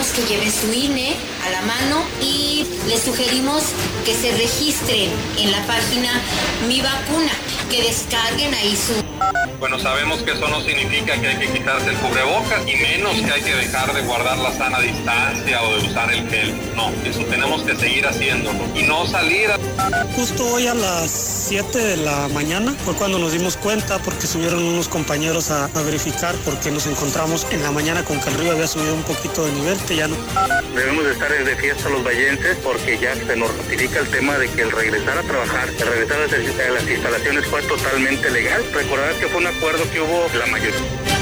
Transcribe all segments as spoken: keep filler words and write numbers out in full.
recomendamos que lleven su I N E a la mano y les sugerimos que se registren en la página Mi Vacuna, que descarguen ahí su... Bueno, sabemos que eso no significa que hay que quitarse el cubrebocas y menos que hay que dejar de guardar la sana distancia o de usar el gel. No, eso tenemos que seguir haciéndolo y no salir a... Justo hoy a las siete de la mañana fue cuando nos dimos cuenta, porque subieron unos compañeros a, a verificar, porque nos encontramos en la mañana con que el río había subido un poquito de nivel, que ya no... Debemos de estar de fiesta los vallenses porque ya se nos ratifica el tema de que el regresar a trabajar, el regresar a las instalaciones fue totalmente legal. Recordar que fue un acuerdo que hubo la mayoría.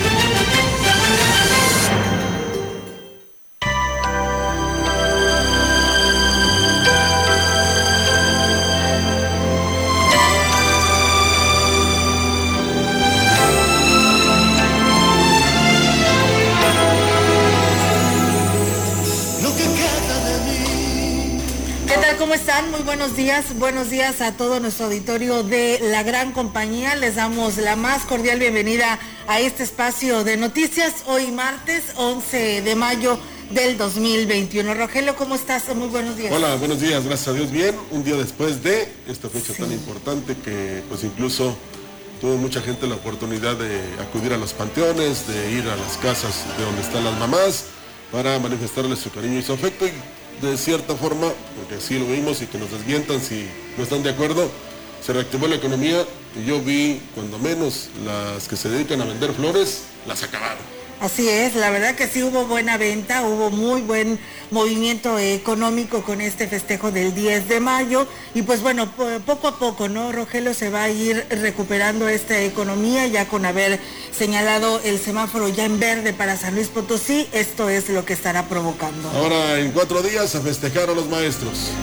¿Cómo están? Muy buenos días, buenos días a todo nuestro auditorio de la gran compañía. Les damos la más cordial bienvenida a este espacio de noticias, hoy martes once de mayo del dos mil veintiuno. Rogelio, ¿cómo estás? Muy buenos días. Hola, buenos días, gracias a Dios, bien, un día después de esta fecha sí. tan importante que pues incluso tuvo mucha gente la oportunidad de acudir a los panteones, de ir a las casas de donde están las mamás para manifestarles su cariño y su afecto y de cierta forma, porque así lo vimos y que nos desmientan si no están de acuerdo, se reactivó la economía y yo vi, cuando menos, las que se dedican a vender flores, las acabaron. Así es, la verdad que sí hubo buena venta, hubo muy buen movimiento económico con este festejo del diez de mayo y pues bueno, poco a poco, ¿no, Rogelio? Se va a ir recuperando esta economía ya con haber señalado el semáforo ya en verde para San Luis Potosí, esto es lo que estará provocando. Ahora en cuatro días a festejar a los maestros.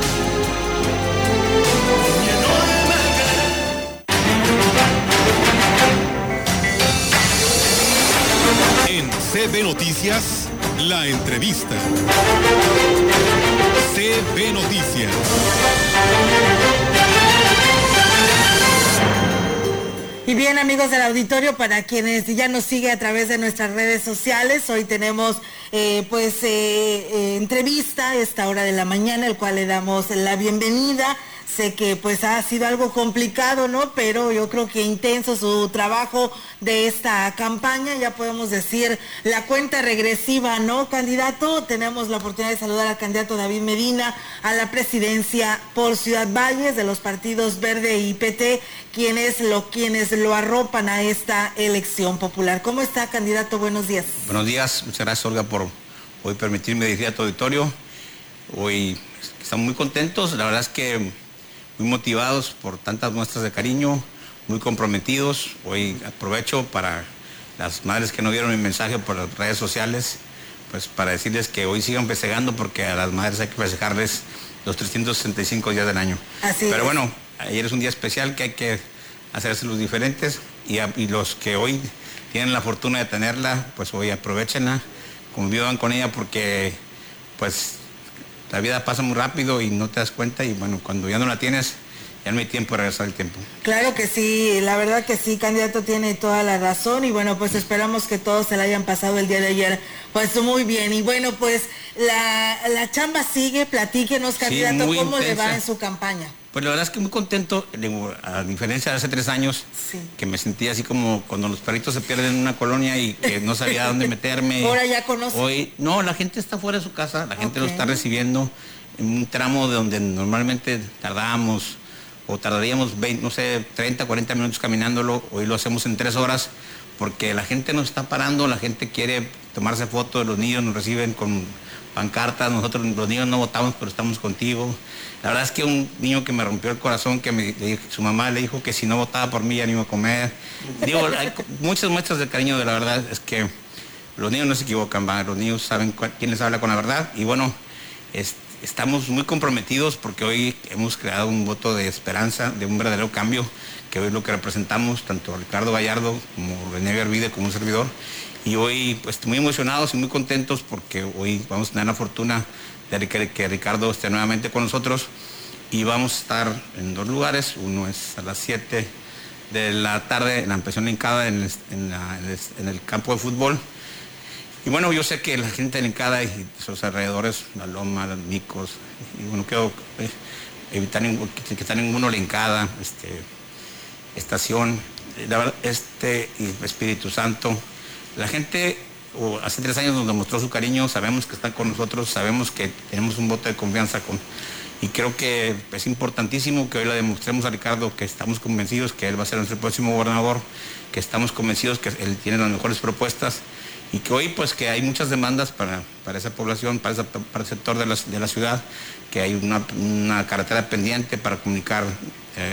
C B Noticias, la entrevista. C B Noticias. Y bien, amigos del auditorio, para quienes ya nos siguen a través de nuestras redes sociales, hoy tenemos eh, pues eh, eh, entrevista a esta hora de la mañana, el cual le damos la bienvenida. Sé que pues ha sido algo complicado, ¿no? Pero yo creo que intenso su trabajo de esta campaña, ya podemos decir la cuenta regresiva, ¿no, candidato? Tenemos la oportunidad de saludar al candidato David Medina a la presidencia por Ciudad Valles de los partidos Verde y P T, quienes lo, quienes lo arropan a esta elección popular. ¿Cómo está, candidato? Buenos días. Buenos días, muchas gracias, Olga, por hoy permitirme dirigir a tu auditorio. Hoy estamos muy contentos, la verdad es que muy motivados por tantas muestras de cariño, muy comprometidos. Hoy aprovecho para las madres que no vieron mi mensaje por las redes sociales, pues para decirles que hoy sigan festejando porque a las madres hay que festejarles los trescientos sesenta y cinco días del año. Así Pero es. bueno, ayer es un día especial que hay que hacerse los diferentes y, a, y los que hoy tienen la fortuna de tenerla, pues hoy aprovechenla, convivan con ella porque pues la vida pasa muy rápido y no te das cuenta y bueno, cuando ya no la tienes, ya no hay tiempo de regresar el tiempo. Claro que sí, la verdad que sí, candidato, tiene toda la razón y bueno, pues esperamos que todos se la hayan pasado el día de ayer, pues muy bien. Y bueno, pues la, la chamba sigue, platíquenos, candidato, sí, ¿cómo intensa. le va en su campaña? Pues la verdad es que muy contento, a diferencia de hace tres años, sí. que me sentía así como cuando los perritos se pierden en una colonia y que no sabía dónde meterme. Ahora ya conoce. Hoy, no, la gente está fuera de su casa, la gente okay. lo está recibiendo en un tramo de donde normalmente tardábamos o tardaríamos veinte, no sé, treinta, cuarenta minutos caminándolo, hoy lo hacemos en tres horas porque la gente nos está parando, la gente quiere tomarse fotos, los niños nos reciben con pancartas, nosotros los niños no votamos pero estamos contigo. La verdad es que un niño que me rompió el corazón, que me, su mamá le dijo que si no votaba por mí ya no iba a comer. Digo, hay muchas muestras de cariño, de la verdad es que los niños no se equivocan, ¿va? Los niños saben quién les habla con la verdad y bueno, es, estamos muy comprometidos porque hoy hemos creado un voto de esperanza, de un verdadero cambio, que hoy es lo que representamos, tanto Ricardo Gallardo como René Arvide como un servidor. Y hoy pues muy emocionados y muy contentos porque hoy vamos a tener la fortuna de que, que Ricardo esté nuevamente con nosotros y vamos a estar en dos lugares. Uno es a las siete de la tarde en la Ampliación Lincada en, el, en, la, en el campo de fútbol Y bueno, yo sé que la gente de la Encada y sus alrededores, la Loma, los Micos, y bueno, quiero eh, evitar ningún, que, que está ninguno la Encada, este, estación, la verdad, este y Espíritu Santo. La gente o, hace tres años nos demostró su cariño, sabemos que están con nosotros, sabemos que tenemos un voto de confianza con... Y creo que es importantísimo que hoy le demostremos a Ricardo que estamos convencidos que él va a ser nuestro próximo gobernador, que estamos convencidos que él tiene las mejores propuestas y que hoy pues que hay muchas demandas para, para esa población, para, esa, para el sector de la, de la ciudad, que hay una, una carretera pendiente para comunicar eh,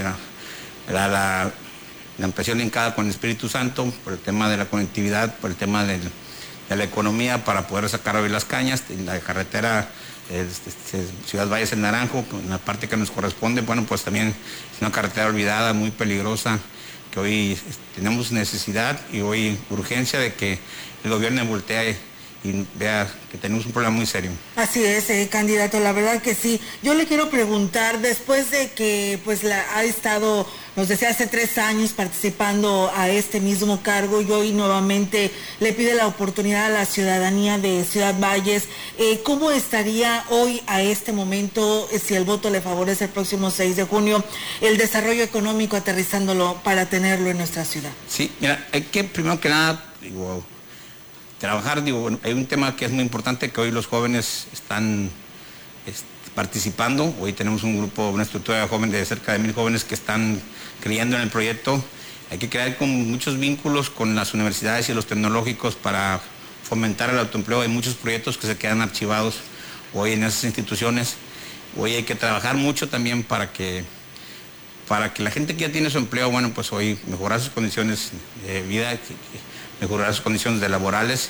la, la, la impresión linkada con el Espíritu Santo, por el tema de la conectividad, por el tema del, de la economía, para poder sacar hoy las cañas, la carretera Este, Ciudad Valles El Naranjo, en la parte que nos corresponde, bueno, pues también es una carretera olvidada, muy peligrosa, que hoy tenemos necesidad y hoy urgencia de que el gobierno voltee y vea que tenemos un problema muy serio. Así es, eh, candidato, la verdad que sí. Yo le quiero preguntar, después de que pues la, ha estado, nos decía, hace tres años participando a este mismo cargo y hoy nuevamente le pide la oportunidad a la ciudadanía de Ciudad Valles, eh, ¿cómo estaría hoy a este momento, eh, si el voto le favorece el próximo seis de junio, el desarrollo económico aterrizándolo para tenerlo en nuestra ciudad? Sí, mira, hay que primero que nada, digo, trabajar, digo, bueno, hay un tema que es muy importante, que hoy los jóvenes están este, participando. Hoy tenemos un grupo, una estructura de jóvenes, de cerca de mil jóvenes que están creyendo en el proyecto. Hay que crear con muchos vínculos con las universidades y los tecnológicos para fomentar el autoempleo. Hay muchos proyectos que se quedan archivados hoy en esas instituciones. Hoy hay que trabajar mucho también para que, para que la gente que ya tiene su empleo, bueno, pues hoy mejorar sus condiciones de vida, mejorar sus condiciones de laborales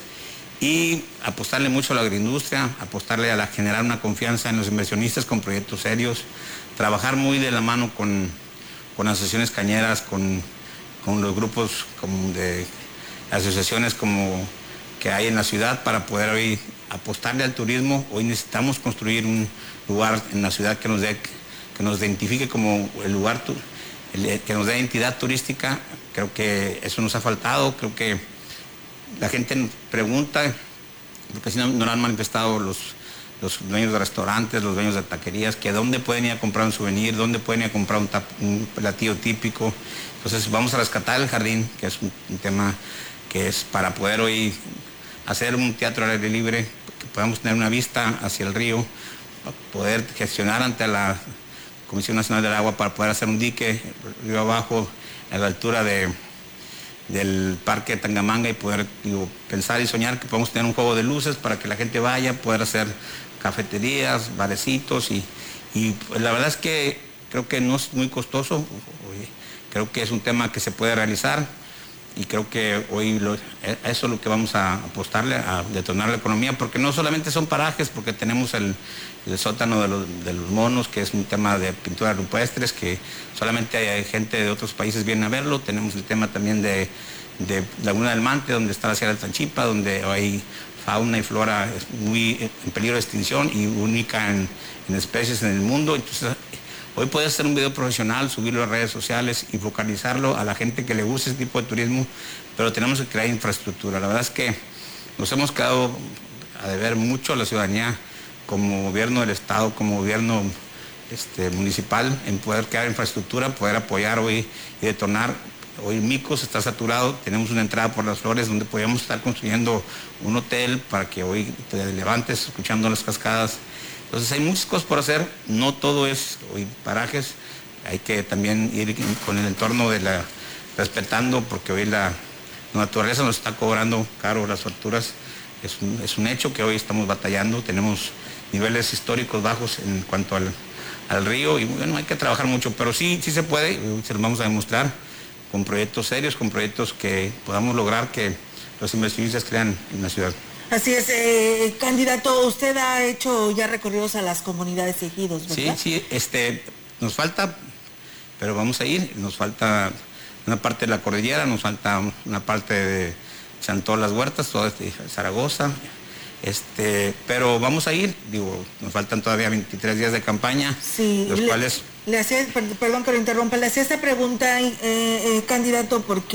y apostarle mucho a la agroindustria, apostarle a la, generar una confianza en los inversionistas con proyectos serios, trabajar muy de la mano con, con asociaciones cañeras, con, con los grupos como de asociaciones como que hay en la ciudad para poder hoy apostarle al turismo. Hoy necesitamos construir un lugar en la ciudad que nos dé, que nos identifique como el lugar, el, que nos dé identidad turística. Creo que eso nos ha faltado, creo que la gente pregunta, porque si no, no lo han manifestado los, los dueños de restaurantes, los dueños de taquerías, que dónde pueden ir a comprar un souvenir, dónde pueden ir a comprar un, tap, un platillo típico. Entonces vamos a rescatar el jardín, que es un, un tema que es para poder hoy hacer un teatro al aire libre, que podamos tener una vista hacia el río, poder gestionar ante la Comisión Nacional del Agua para poder hacer un dique río abajo a la altura de del Parque Tangamanga y poder, digo, pensar y soñar que podemos tener un juego de luces para que la gente vaya, poder hacer cafeterías, barecitos y, y pues, la verdad es que creo que no es muy costoso, creo que es un tema que se puede realizar y creo que hoy lo, eso es lo que vamos a apostarle, a detonar la economía, porque no solamente son parajes, porque tenemos el, el sótano de los, de los monos, que es un tema de pinturas rupestres, que solamente hay gente de otros países viene a verlo. Tenemos el tema también de, de Laguna del Mante, donde está la Sierra de Tanchipa, donde hay fauna y flora muy en peligro de extinción y única en, en especies en el mundo. Entonces, hoy puedes hacer un video profesional, subirlo a redes sociales y focalizarlo a la gente que le gusta ese tipo de turismo, pero tenemos que crear infraestructura. La verdad es que nos hemos quedado a deber mucho a la ciudadanía como gobierno del Estado, como gobierno este, municipal, en poder crear infraestructura, poder apoyar hoy y detonar. Hoy Micos está saturado, tenemos una entrada por las Flores donde podríamos estar construyendo un hotel para que hoy te levantes escuchando las cascadas. Entonces hay muchas cosas por hacer, no todo es hoy parajes, hay que también ir con el entorno de la, respetando, porque hoy la, la naturaleza nos está cobrando caro las facturas, es un, es un hecho que hoy estamos batallando, tenemos niveles históricos bajos en cuanto al, al río y bueno, hay que trabajar mucho, pero sí, sí se puede, se los vamos a demostrar con proyectos serios, con proyectos que podamos lograr que los inversionistas crean en la ciudad. Así es, eh, candidato, usted ha hecho ya recorridos a las comunidades y ejidos, ¿verdad? Sí, sí, este, nos falta, pero vamos a ir, nos falta una parte de la cordillera, nos falta una parte de Santó Las Huertas, toda este, Zaragoza, este, pero vamos a ir, digo, nos faltan todavía veintitrés días de campaña, sí, los le, cuales... Le hacía, perdón que lo interrumpa, le hacía esta pregunta, eh, eh, candidato, porque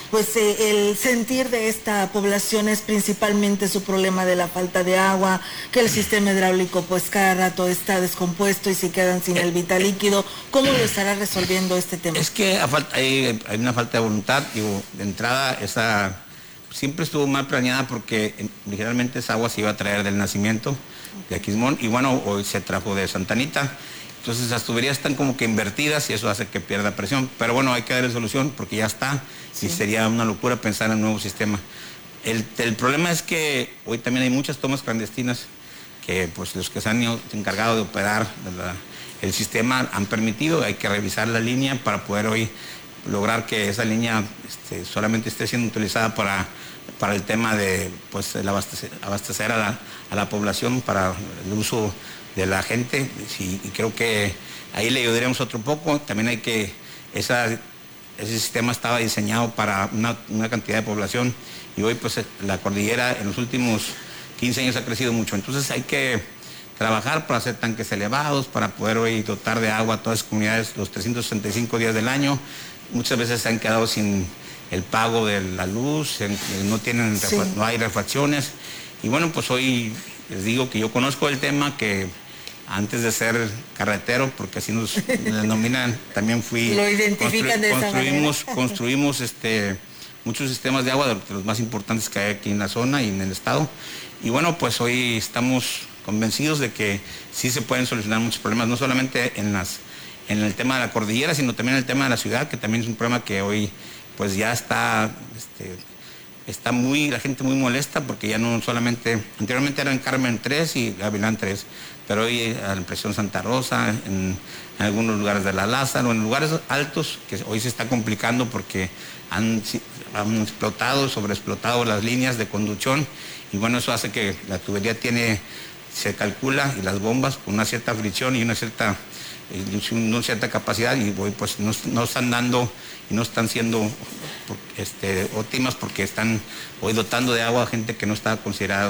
pues eh, el sentir de esta población es principalmente su problema de la falta de agua, que el sistema hidráulico pues cada rato está descompuesto y se quedan sin el vital líquido. ¿Cómo lo estará resolviendo este tema? Es que hay, hay una falta de voluntad, digo, de entrada esa siempre estuvo mal planeada porque originalmente esa agua se iba a traer del Nacimiento, de Aquismón, y bueno, hoy se trajo de Santa Anita. Entonces las tuberías están como que invertidas y eso hace que pierda presión. Pero bueno, hay que darle solución porque ya está, sí. Y sería una locura pensar en un nuevo sistema. El, el problema es que hoy también hay muchas tomas clandestinas que pues los que se han encargado de operar la, el sistema han permitido. Hay que revisar la línea para poder hoy lograr que esa línea este, solamente esté siendo utilizada para, para el tema de pues, el abastecer, abastecer a, la, a la población para el uso de la gente. Sí, y creo que ahí le ayudaríamos otro poco. También hay que, esa, ese sistema estaba diseñado para una, una cantidad de población y hoy pues la cordillera en los últimos quince años ha crecido mucho. Entonces hay que trabajar para hacer tanques elevados, para poder hoy dotar de agua a todas las comunidades los trescientos sesenta y cinco días del año. Muchas veces se han quedado sin el pago de la luz, no, tienen, sí. no hay refacciones. Y bueno, pues hoy les digo que yo conozco el tema, que antes de ser carretero, porque así nos denominan, también fui... Lo identifican de esa construimos, manera. Construimos este, muchos sistemas de agua, de los más importantes que hay aquí en la zona y en el estado. Y bueno, pues hoy estamos convencidos de que sí se pueden solucionar muchos problemas, no solamente en las... en el tema de la cordillera, sino también en el tema de la ciudad, que también es un problema que hoy pues ya está, este, está muy, la gente muy molesta, porque ya no solamente, anteriormente eran Carmen tres y Gavilán tres, pero hoy a la impresión Santa Rosa, en, en algunos lugares de la Lázaro, en lugares altos, que hoy se está complicando porque han, han explotado, sobreexplotado las líneas de conducción, y bueno, eso hace que la tubería tiene, se calcula, y las bombas con una cierta fricción y una cierta una cierta capacidad, y hoy pues no, no están dando y no están siendo este, óptimas porque están hoy dotando de agua a gente que no está considerada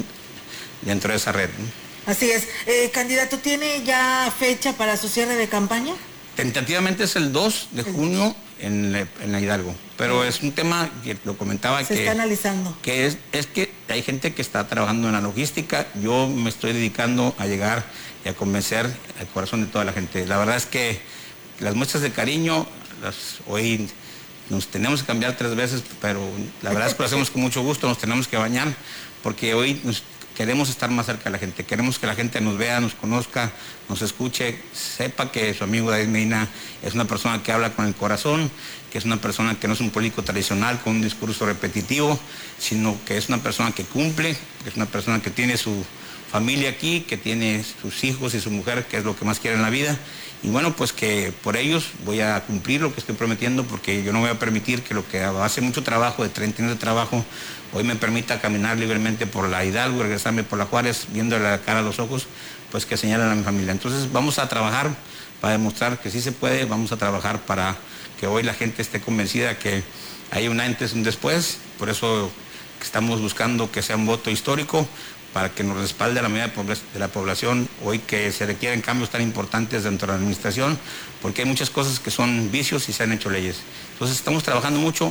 dentro de esa red, ¿no? Así es. Eh, candidato, ¿tiene ya fecha para su cierre de campaña? Tentativamente es el dos de junio en la, en la Hidalgo, pero es un tema que lo comentaba Se que está analizando. Que es, es que hay gente que está trabajando en la logística. Yo me estoy dedicando a llegar y a convencer al corazón de toda la gente. La verdad es que las muestras de cariño, las, hoy nos tenemos que cambiar tres veces, pero la verdad es que lo hacemos con mucho gusto, nos tenemos que bañar, porque hoy nos queremos estar más cerca de la gente, queremos que la gente nos vea, nos conozca, nos escuche, sepa que su amigo David Medina es una persona que habla con el corazón, que es una persona que no es un político tradicional con un discurso repetitivo, sino que es una persona que cumple, que es una persona que tiene su familia aquí, que tiene sus hijos y su mujer, que es lo que más quiere en la vida. Y bueno, pues que por ellos voy a cumplir lo que estoy prometiendo, porque yo no voy a permitir que lo que hace mucho trabajo, de treinta años de trabajo, hoy me permita caminar libremente por la Hidalgo, regresarme por la Juárez, viendo la cara a los ojos, pues que señalan a mi familia. Entonces vamos a trabajar para demostrar que sí se puede, vamos a trabajar para que hoy la gente esté convencida que hay un antes y un después. Por eso estamos buscando que sea un voto histórico, para que nos respalde la mayoría de la población, hoy que se requieren cambios tan importantes dentro de la administración, porque hay muchas cosas que son vicios y se han hecho leyes. Entonces estamos trabajando mucho.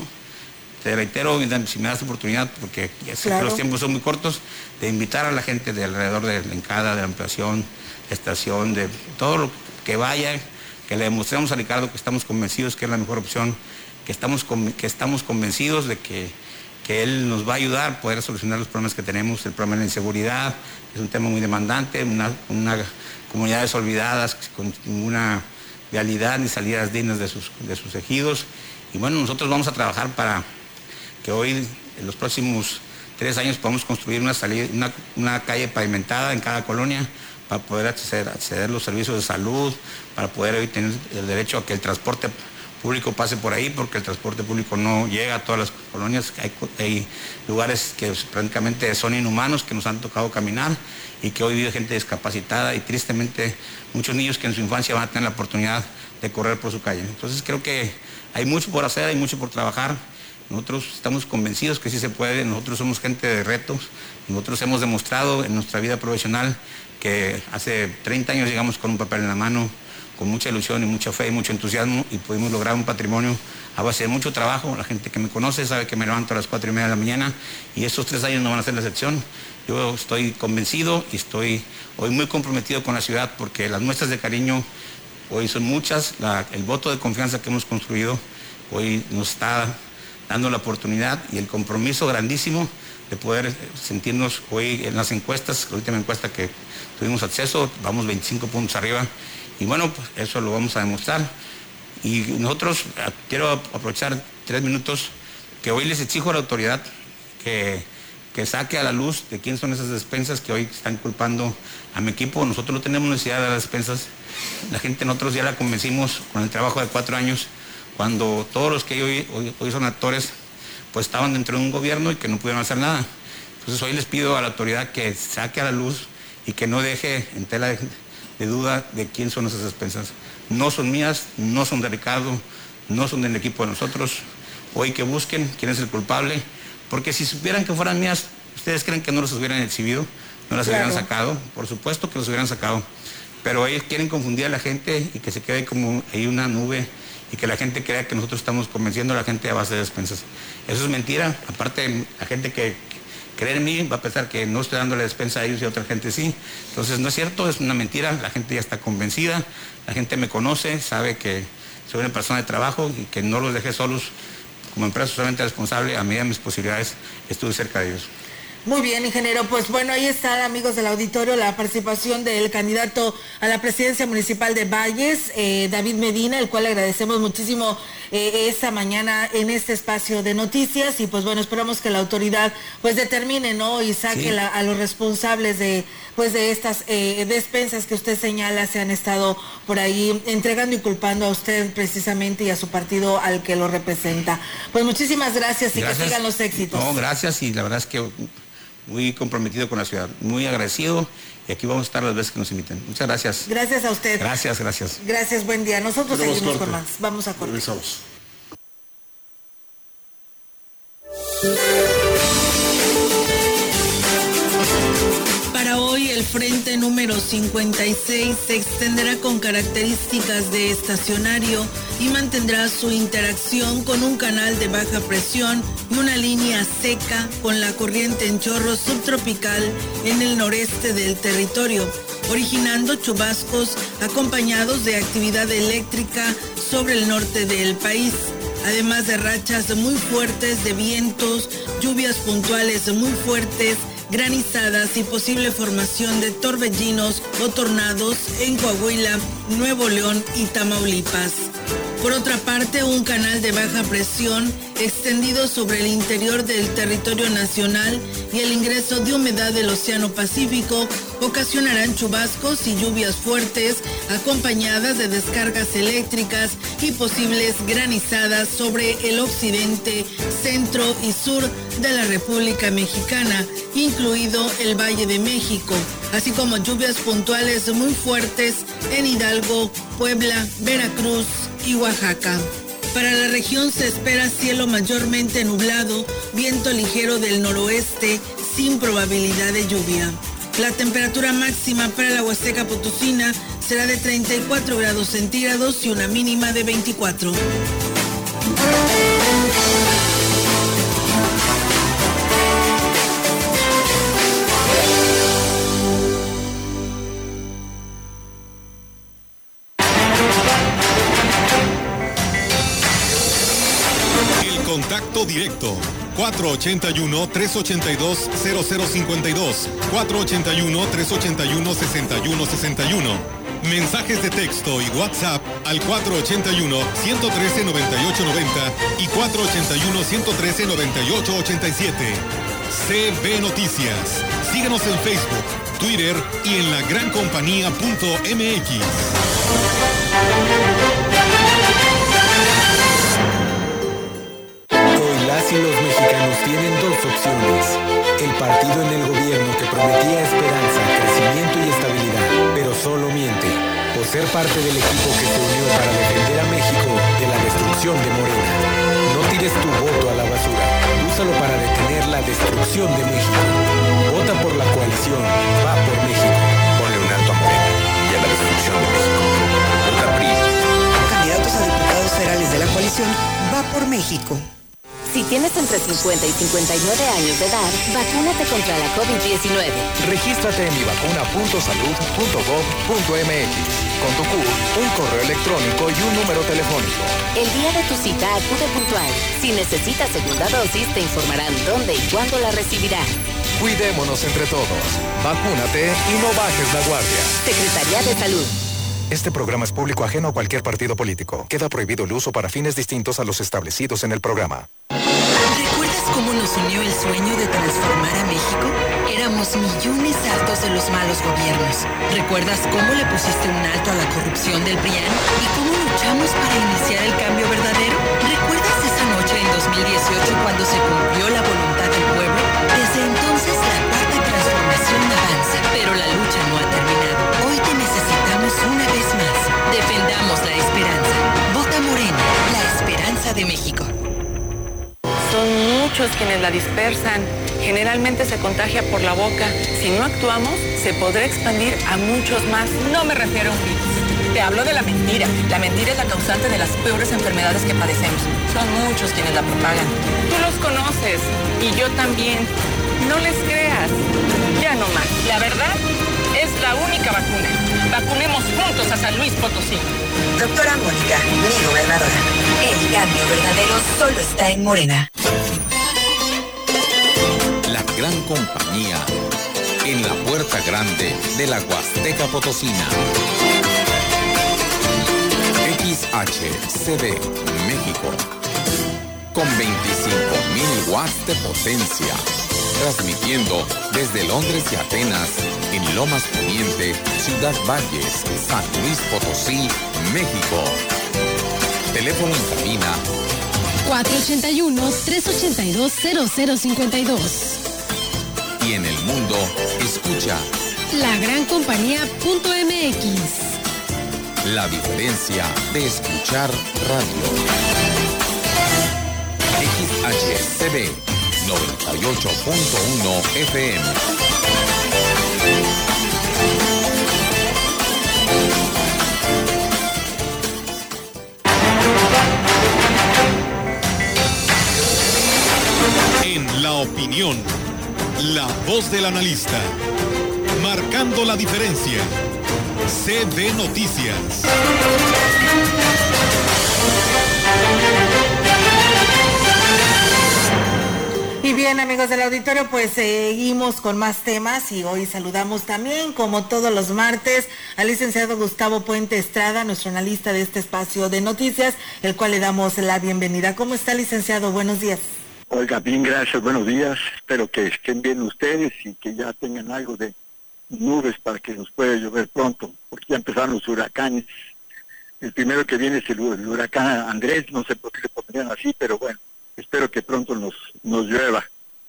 Te reitero, si me das la oportunidad, porque ya sé claro. que los tiempos son muy cortos, de invitar a la gente de alrededor de la Encada, de la ampliación, de estación, de todo lo que vaya, que le demostremos a Ricardo que estamos convencidos que es la mejor opción, que estamos, que estamos convencidos de que que él nos va a ayudar a poder solucionar los problemas que tenemos. El problema de la inseguridad es un tema muy demandante, una, una comunidades olvidadas con ninguna vialidad ni salidas dignas de sus, de sus ejidos. Y bueno, nosotros vamos a trabajar para que hoy, en los próximos tres años, podamos construir una, salida, una, una calle pavimentada en cada colonia para poder acceder, acceder a los servicios de salud, para poder hoy tener el derecho a que el transporte público pase por ahí, porque el transporte público no llega a todas las colonias. Hay, hay lugares que prácticamente son inhumanos, que nos han tocado caminar y que hoy vive gente discapacitada y tristemente muchos niños que en su infancia van a tener la oportunidad de correr por su calle. Entonces creo que hay mucho por hacer, hay mucho por trabajar. Nosotros estamos convencidos que sí se puede, nosotros somos gente de retos, nosotros hemos demostrado en nuestra vida profesional que hace treinta años llegamos con un papel en la mano. con mucha ilusión y mucha fe y mucho entusiasmo, y pudimos lograr un patrimonio a base de mucho trabajo. La gente que me conoce sabe que me levanto a las cuatro y media de la mañana, y estos tres años no van a ser la excepción. Yo estoy convencido y estoy hoy muy comprometido con la ciudad, porque las muestras de cariño hoy son muchas. La, el voto de confianza que hemos construido hoy nos está dando la oportunidad y el compromiso grandísimo de poder sentirnos hoy en las encuestas, la última encuesta que tuvimos acceso, vamos veinticinco puntos arriba, y bueno, pues eso lo vamos a demostrar. Y nosotros, quiero aprovechar tres minutos, que hoy les exijo a la autoridad que, que saque a la luz de quién son esas despensas que hoy están culpando a mi equipo. Nosotros no tenemos necesidad de las despensas, la gente nosotros ya la convencimos con el trabajo de cuatro años, cuando todos los que hoy, hoy, hoy son actores, pues estaban dentro de un gobierno y que no pudieron hacer nada. Entonces hoy les pido a la autoridad que saque a la luz y que no deje en tela de, de duda de quién son esas despensas. No son mías, no son de Ricardo, no son del equipo de nosotros. Hoy que busquen quién es el culpable, porque si supieran que fueran mías, ¿ustedes creen que no las hubieran exhibido? ¿No las claro. hubieran sacado? Por supuesto que las hubieran sacado. Pero ellos quieren confundir a la gente y que se quede como ahí una nube, y que la gente crea que nosotros estamos convenciendo a la gente a base de despensas. Eso es mentira. Aparte, la gente que cree en mí va a pensar que no estoy dando la despensa a ellos y a otra gente sí. Entonces no es cierto, es una mentira. La gente ya está convencida, la gente me conoce, sabe que soy una persona de trabajo y que no los dejé solos. Como empresa socialmente responsable, a medida de mis posibilidades, estuve cerca de ellos. Muy bien, ingeniero. Pues bueno, ahí está, amigos del auditorio, la participación del candidato a la presidencia municipal de Valles, eh, David Medina, el cual le agradecemos muchísimo eh, esta mañana en este espacio de noticias. Y pues bueno, esperamos que la autoridad pues determine, ¿no? Y saque sí. la, a los responsables de pues de estas eh, despensas que usted señala se han estado por ahí entregando y culpando a usted precisamente y a su partido al que lo representa. Pues muchísimas gracias y gracias. Que sigan los éxitos. No, gracias, y la verdad es que muy comprometido con la ciudad, muy agradecido, y aquí vamos a estar las veces que nos inviten. Muchas gracias. Gracias a usted. Gracias, gracias. Gracias, buen día. Nosotros Tenemos seguimos corte. Con más. Vamos a corte. Regresamos. Para hoy el frente número cincuenta y seis se extenderá con características de estacionario y mantendrá su interacción con un canal de baja presión y una línea seca con la corriente en chorro subtropical en el noreste del territorio, originando chubascos acompañados de actividad eléctrica sobre el norte del país, además de rachas muy fuertes de vientos, lluvias puntuales muy fuertes, granizadas y posible formación de torbellinos o tornados en Coahuila, Nuevo León y Tamaulipas. Por otra parte, un canal de baja presión extendido sobre el interior del territorio nacional y el ingreso de humedad del Océano Pacífico ocasionarán chubascos y lluvias fuertes acompañadas de descargas eléctricas y posibles granizadas sobre el occidente, centro y sur de la República Mexicana, incluido el Valle de México, así como lluvias puntuales muy fuertes en Hidalgo, Puebla, Veracruz y Oaxaca. Para la región se espera cielo mayormente nublado, viento ligero del noroeste, sin probabilidad de lluvia. La temperatura máxima para la Huasteca Potosina será de treinta y cuatro grados centígrados y una mínima de veinticuatro. Contacto directo cuatro ochenta y uno, tres ochenta y dos, cero cero cincuenta y dos, cuatro ochenta y uno, tres ochenta y uno, sesenta y uno sesenta y uno. Mensajes de texto y WhatsApp al cuatro ochenta y uno, ciento trece, noventa y ocho noventa y cuatro ochenta y uno, ciento trece, noventa y ocho ochenta y siete. C B Noticias. Síguenos en Facebook, Twitter y en la gran compañía punto m x. Las y los mexicanos tienen dos opciones. El partido en el gobierno que prometía esperanza, crecimiento y estabilidad, pero solo miente. O ser parte del equipo que se unió para defender a México de la destrucción de Morena. No tires tu voto a la basura. Úsalo para detener la destrucción de México. Vota por la coalición. Va por México. Ponle un alto a Morena y a la destrucción de México. Vota vacunación va por México. Si tienes entre cincuenta y cincuenta y nueve años de edad, vacúnate contra la COVID diecinueve. Regístrate en mivacuna punto salud punto gov punto m x con tu C U R, un correo electrónico y un número telefónico. El día de tu cita acude puntual. Si necesitas segunda dosis, te informarán dónde y cuándo la recibirás. Cuidémonos entre todos. Vacúnate y no bajes la guardia. Secretaría de Salud. Este programa es público ajeno a cualquier partido político. Queda prohibido el uso para fines distintos a los establecidos en el programa. ¿Recuerdas cómo nos unió el sueño de transformar a México? Éramos millones hartos de los malos gobiernos. ¿Recuerdas cómo le pusiste un alto a la corrupción del P R I A N? ¿Y cómo luchamos para iniciar el cambio verdadero? ¿Recuerdas esa noche en dos mil dieciocho cuando se cumplió la voluntad del pueblo? Desde entonces la cuarta transformación avanza, pero la lucha no ha terminado. Hoy te necesitamos una vez más. Defendamos la esperanza. Vota Morena, la esperanza de México. Son muchos quienes la dispersan. Generalmente se contagia por la boca. Si no actuamos, se podrá expandir a muchos más. No me refiero a un virus. Te hablo de la mentira. La mentira es la causante de las peores enfermedades que padecemos. Son muchos quienes la propagan. Tú los conoces y yo también. No les creas. Ya no más. La verdad es la única vacuna. Vacunemos juntos a San Luis Potosí. Doctora Mónica, mi gobernadora. El cambio verdadero solo está en Morena. La gran compañía en la puerta grande de la Huasteca Potosina. X H C D México. Con veinticinco mil watts de potencia. Transmitiendo desde Londres y Atenas, en Lomas Poniente, Ciudad Valles, San Luis Potosí, México. Teléfono en cabina cuatro ochenta y uno, tres ochenta y dos, cero cero cincuenta y dos. Y en el mundo, escucha la gran compañía punto m x. La diferencia de escuchar radio. X H C D noventa y ocho punto uno F M. En la opinión, la voz del analista, marcando la diferencia. C D Noticias. Y bien, amigos del auditorio, pues seguimos con más temas y hoy saludamos también, como todos los martes, al licenciado Gustavo Puente Estrada, nuestro analista de este espacio de noticias, el cual le damos la bienvenida. ¿Cómo está, licenciado? Buenos días. Oiga, bien, gracias, buenos días. Espero que estén bien ustedes y que ya tengan algo de nubes para que nos pueda llover pronto, porque ya empezaron los huracanes. El primero que viene es el, el huracán Andrés, no sé por qué le pondrían así, pero bueno. Espero que pronto nos, nos llueva.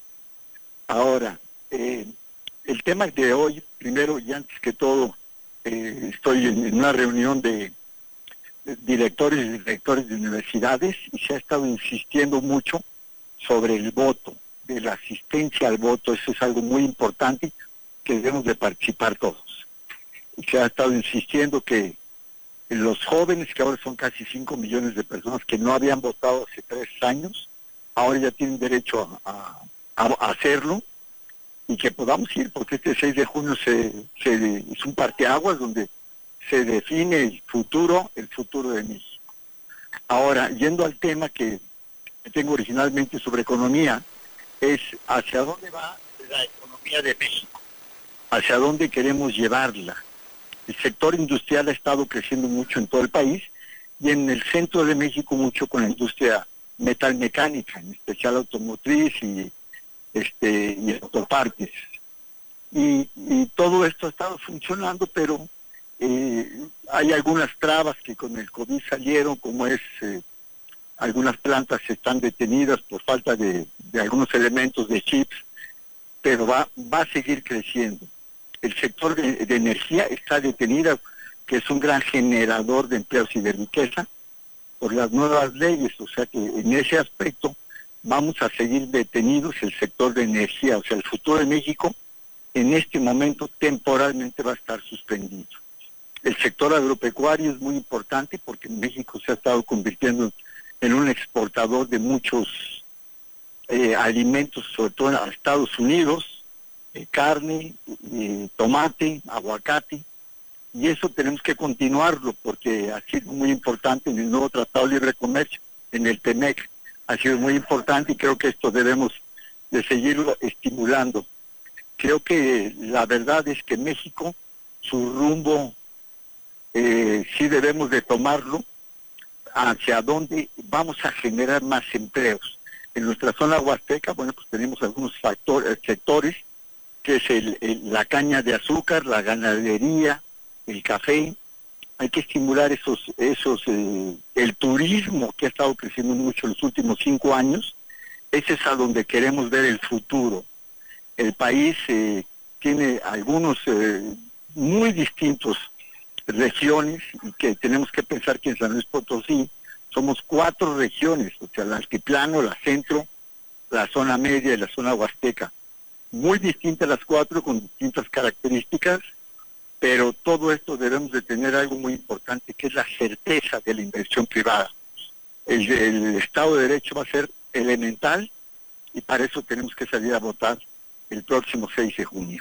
Ahora, eh, el tema de hoy, primero y antes que todo, eh, estoy en, en una reunión de, de directores y directores de universidades y se ha estado insistiendo mucho sobre el voto, de la asistencia al voto. Eso es algo muy importante que debemos de participar todos. Y se ha estado insistiendo que los jóvenes, que ahora son casi cinco millones de personas que no habían votado hace tres años, ahora ya tienen derecho a, a, a hacerlo y que podamos ir, porque este seis de junio se, se es un parteaguas donde se define el futuro, el futuro de México. Ahora, yendo al tema que tengo originalmente sobre economía, es hacia dónde va la economía de México, hacia dónde queremos llevarla. El sector industrial ha estado creciendo mucho en todo el país y en el centro de México mucho con la industria metalmecánica, en especial automotriz y este y autopartes. Y, y todo esto ha estado funcionando, pero eh, hay algunas trabas que con el COVID salieron, como es eh, algunas plantas están detenidas por falta de, de algunos elementos de chips, pero va, va a seguir creciendo. El sector de, de energía está detenido, que es un gran generador de empleos y de riqueza, por las nuevas leyes, o sea que en ese aspecto vamos a seguir detenidos el sector de energía, o sea, el futuro de México en este momento temporalmente va a estar suspendido. El sector agropecuario es muy importante porque México se ha estado convirtiendo en un exportador de muchos eh, alimentos, sobre todo a Estados Unidos, eh, carne, eh, tomate, aguacate, y eso tenemos que continuarlo porque ha sido muy importante en el nuevo Tratado de Libre Comercio, en el T M E C, ha sido muy importante y creo que esto debemos de seguirlo estimulando. Creo que la verdad es que México, su rumbo, eh, sí debemos de tomarlo hacia donde vamos a generar más empleos. En nuestra zona huasteca, bueno, pues tenemos algunos factores, sectores, que es el, el, la caña de azúcar, la ganadería, el café. Hay que estimular esos, esos, eh, el turismo que ha estado creciendo mucho en los últimos cinco años. Ese es a donde queremos ver el futuro. El país eh, tiene algunos eh, muy distintos regiones y que tenemos que pensar que en San Luis Potosí somos cuatro regiones, o sea, el altiplano, la centro, la zona media y la zona huasteca. Muy distintas las cuatro, con distintas características, pero todo esto debemos de tener algo muy importante, que es la certeza de la inversión privada. El, el Estado de Derecho va a ser elemental y para eso tenemos que salir a votar el próximo seis de junio.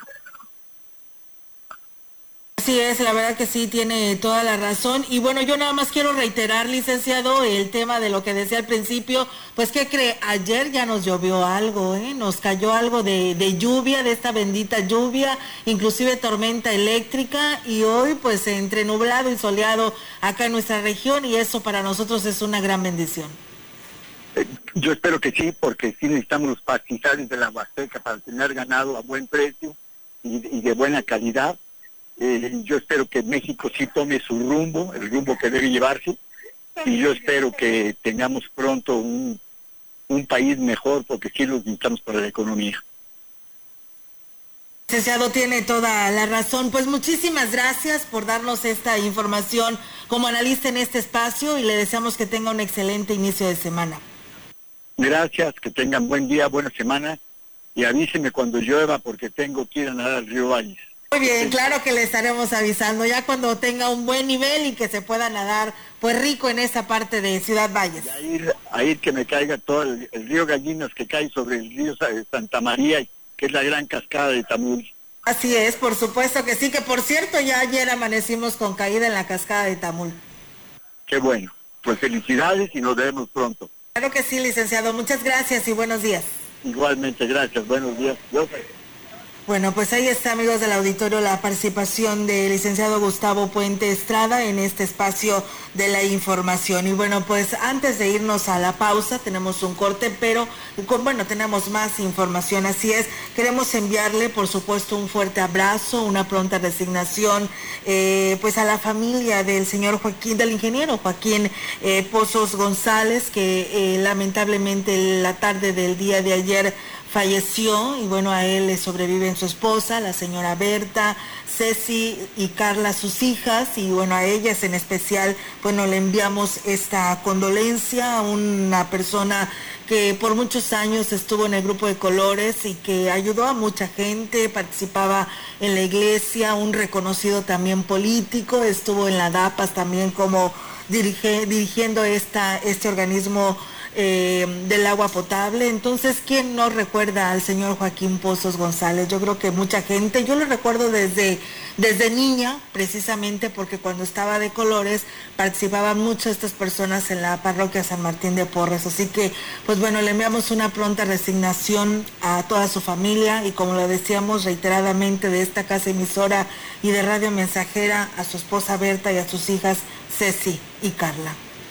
Así es, la verdad que sí, tiene toda la razón. Y bueno, yo nada más quiero reiterar, licenciado, el tema de lo que decía al principio. Pues, ¿qué cree? Ayer ya nos llovió algo, ¿eh? Nos cayó algo de, de lluvia, de esta bendita lluvia, inclusive tormenta eléctrica. Y hoy, pues, entre nublado y soleado acá en nuestra región, y eso para nosotros es una gran bendición. Eh, yo espero que sí, porque sí necesitamos los pastizales de la Huasteca para tener ganado a buen precio y, y de buena calidad. Eh, yo espero que México sí tome su rumbo, el rumbo que debe llevarse, y yo espero que tengamos pronto un, un país mejor, porque sí lo necesitamos para la economía. Licenciado, tiene toda la razón. Pues muchísimas gracias por darnos esta información como analista en este espacio y le deseamos que tenga un excelente inicio de semana. Gracias, que tengan buen día, buena semana, y avísenme cuando llueva porque tengo que ir a nadar al río Valles. Muy bien, claro que le estaremos avisando ya cuando tenga un buen nivel y que se pueda nadar pues rico en esa parte de Ciudad Valles. Y a ir, a ir que me caiga todo el, el río Gallinas que cae sobre el río Santa María, que es la gran cascada de Tamul. Así es, por supuesto que sí, que por cierto ya ayer amanecimos con caída en la cascada de Tamul. Qué bueno, pues felicidades y nos vemos pronto. Claro que sí, licenciado, muchas gracias y buenos días. Igualmente, gracias, buenos días. Yo... Bueno, pues ahí está, amigos del auditorio, la participación del licenciado Gustavo Puente Estrada en este espacio de la información. Y bueno, pues antes de irnos a la pausa, tenemos un corte, pero con, bueno, tenemos más información. Así es, queremos enviarle, por supuesto, un fuerte abrazo, una pronta resignación, eh, pues a la familia del señor Joaquín, del ingeniero Joaquín eh, Pozos González, que eh, lamentablemente la tarde del día de ayer falleció, y bueno, a él le sobreviven su esposa, la señora Berta, Ceci y Carla, sus hijas, y bueno, a ellas en especial, bueno, le enviamos esta condolencia a una persona que por muchos años estuvo en el Grupo de Colores y que ayudó a mucha gente, participaba en la iglesia, un reconocido también político, estuvo en la DAPAS también como dirige, dirigiendo esta, este organismo Eh, del agua potable. Entonces, ¿quién no recuerda al señor Joaquín Pozos González? Yo creo que mucha gente, yo lo recuerdo desde, desde niña, precisamente porque cuando estaba de Colores participaban mucho estas personas en la parroquia San Martín de Porres, así que, pues bueno, le enviamos una pronta resignación a toda su familia y como lo decíamos reiteradamente de esta casa emisora y de Radio Mensajera, a su esposa Berta y a sus hijas Ceci y Carla.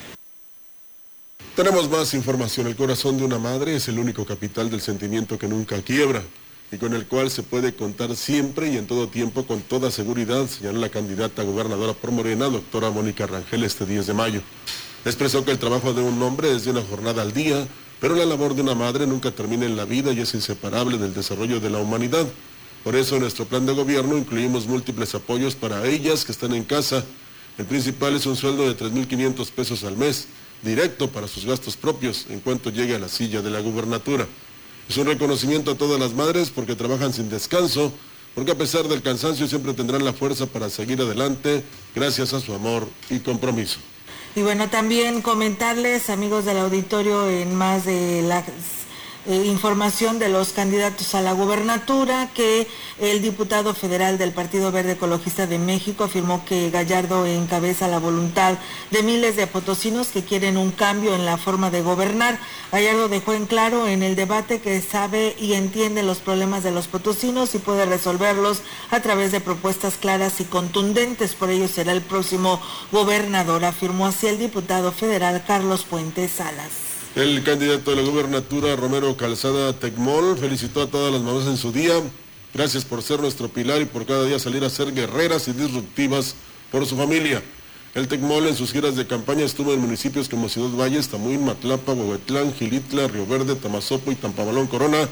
Tenemos más información. El corazón de una madre es el único capital del sentimiento que nunca quiebra y con el cual se puede contar siempre y en todo tiempo con toda seguridad, señaló la candidata a gobernadora por Morena, doctora Mónica Rangel, este diez de mayo. Expresó que el trabajo de un hombre es de una jornada al día, pero la labor de una madre nunca termina en la vida y es inseparable del desarrollo de la humanidad. Por eso en nuestro plan de gobierno incluimos múltiples apoyos para ellas que están en casa. El principal es un sueldo de tres mil quinientos pesos al mes, directo para sus gastos propios en cuanto llegue a la silla de la gubernatura. Es un reconocimiento a todas las madres porque trabajan sin descanso, porque a pesar del cansancio siempre tendrán la fuerza para seguir adelante gracias a su amor y compromiso. Y bueno, también comentarles, amigos del auditorio, en más de la eh, información de los candidatos a la gubernatura, que el diputado federal del Partido Verde Ecologista de México afirmó que Gallardo encabeza la voluntad de miles de potosinos que quieren un cambio en la forma de gobernar. Gallardo dejó en claro en el debate que sabe y entiende los problemas de los potosinos y puede resolverlos a través de propuestas claras y contundentes. Por ello será el próximo gobernador, afirmó así el diputado federal Carlos Puente Salas. El candidato de la gubernatura, Romero Calzada Tecmol, felicitó a todas las mamás en su día. Gracias por ser nuestro pilar y por cada día salir a ser guerreras y disruptivas por su familia. El Tecmol en sus giras de campaña estuvo en municipios como Ciudad Valles, Tamuín, Matlapa, Huehuetlán, Gilitla, Río Verde, Tamazopo y Tampabalón Corona,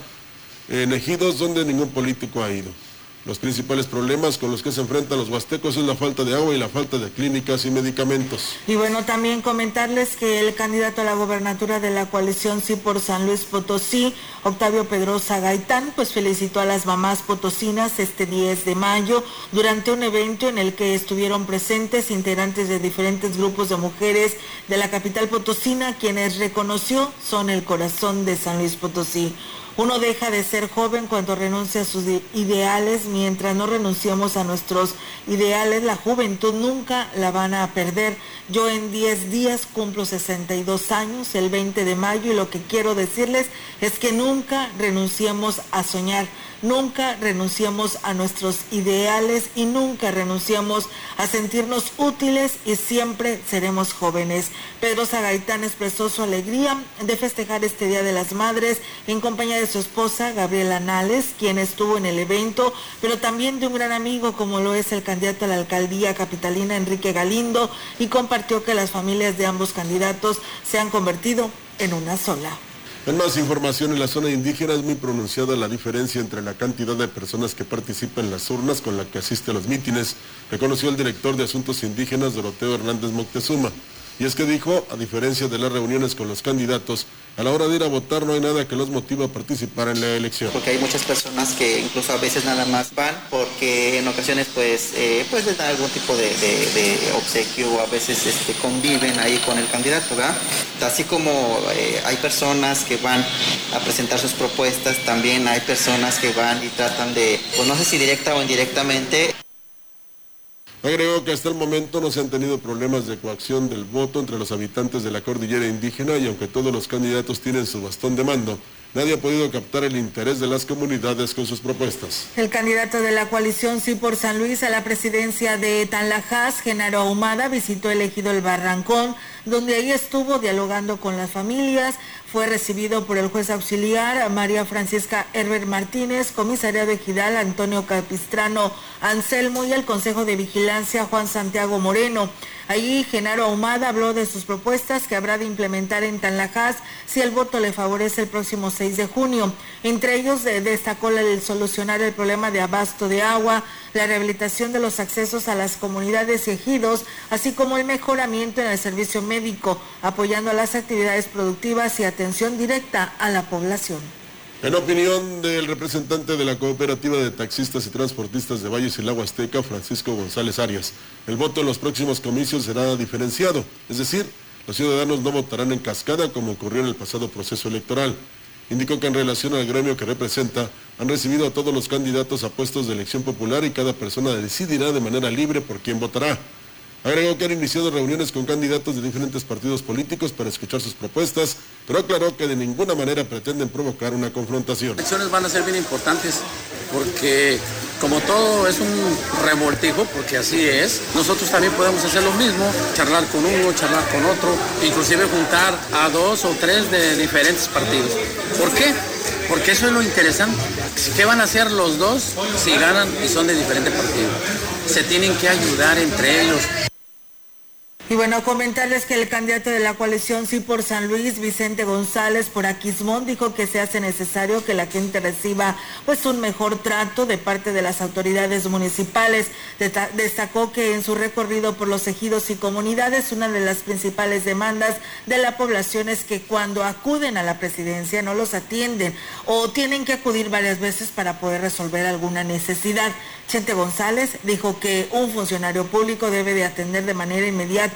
en ejidos donde ningún político ha ido. Los principales problemas con los que se enfrentan los huastecos es la falta de agua y la falta de clínicas y medicamentos. Y bueno, también comentarles que el candidato a la gobernatura de la coalición Sí por San Luis Potosí, Octavio Pedrosa Gaitán, pues felicitó a las mamás potosinas este diez de mayo durante un evento en el que estuvieron presentes integrantes de diferentes grupos de mujeres de la capital potosina, quienes reconoció son el corazón de San Luis Potosí. Uno deja de ser joven cuando renuncia a sus ideales. Mientras no renunciemos a nuestros ideales, la juventud nunca la van a perder. Yo en diez días cumplo sesenta y dos años, el veinte de mayo, y lo que quiero decirles es que nunca renunciemos a soñar, nunca renunciemos a nuestros ideales y nunca renunciemos a sentirnos útiles y siempre seremos jóvenes. Pedrosa Gaitán expresó su alegría de festejar este Día de las Madres en compañía de su esposa Gabriela Nales, quien estuvo en el evento, pero también de un gran amigo como lo es el candidato a la alcaldía capitalina Enrique Galindo, y compartió que las familias de ambos candidatos se han convertido en una sola. En más información, en la zona indígena es muy pronunciada la diferencia entre la cantidad de personas que participan en las urnas con la que asiste a los mítines, reconoció el director de Asuntos Indígenas Doroteo Hernández Moctezuma. Y es que dijo, a diferencia de las reuniones con los candidatos, a la hora de ir a votar no hay nada que los motive a participar en la elección. Porque hay muchas personas que incluso a veces nada más van porque en ocasiones pues, eh, pues les dan algún tipo de, de, de obsequio, o a veces este, conviven ahí con el candidato, ¿verdad? Así como eh, hay personas que van a presentar sus propuestas, también hay personas que van y tratan de, pues no sé si directa o indirectamente. Agregó que hasta el momento no se han tenido problemas de coacción del voto entre los habitantes de la cordillera indígena y aunque todos los candidatos tienen su bastón de mando, nadie ha podido captar el interés de las comunidades con sus propuestas. El candidato de la coalición Sí por San Luis a la presidencia de Tanlajas, Genaro Ahumada, visitó el ejido El Barrancón, donde ahí estuvo dialogando con las familias. Fue recibido por el juez auxiliar María Francisca Herbert Martínez, comisariado ejidal Antonio Capistrano Anselmo y el Consejo de Vigilancia Juan Santiago Moreno. Allí Genaro Ahumada habló de sus propuestas que habrá de implementar en Tanlajas si el voto le favorece el próximo seis de junio. Entre ellos eh, destacó el solucionar el problema de abasto de agua, la rehabilitación de los accesos a las comunidades y ejidos, así como el mejoramiento en el servicio médico, apoyando las actividades productivas y atención directa a la población. En opinión del representante de la Cooperativa de Taxistas y Transportistas de Valles y la Huasteca, Francisco González Arias, el voto en los próximos comicios será diferenciado, es decir, los ciudadanos no votarán en cascada como ocurrió en el pasado proceso electoral. Indicó que en relación al gremio que representa, han recibido a todos los candidatos a puestos de elección popular y cada persona decidirá de manera libre por quién votará. Agregó que han iniciado reuniones con candidatos de diferentes partidos políticos para escuchar sus propuestas, pero aclaró que de ninguna manera pretenden provocar una confrontación. Las elecciones van a ser bien importantes porque como todo es un revoltijo, porque así es, nosotros también podemos hacer lo mismo, charlar con uno, charlar con otro, inclusive juntar a dos o tres de diferentes partidos. ¿Por qué? Porque eso es lo interesante. ¿Qué van a hacer los dos si ganan y son de diferentes partidos? Se tienen que ayudar entre ellos. Y bueno, comentarles que el candidato de la coalición Sí por San Luis, Vicente González por Aquismón, dijo que se hace necesario que la gente reciba pues un mejor trato de parte de las autoridades municipales. Destacó que en su recorrido por los ejidos y comunidades, una de las principales demandas de la población es que cuando acuden a la presidencia no los atienden o tienen que acudir varias veces para poder resolver alguna necesidad. Chente González dijo que un funcionario público debe de atender de manera inmediata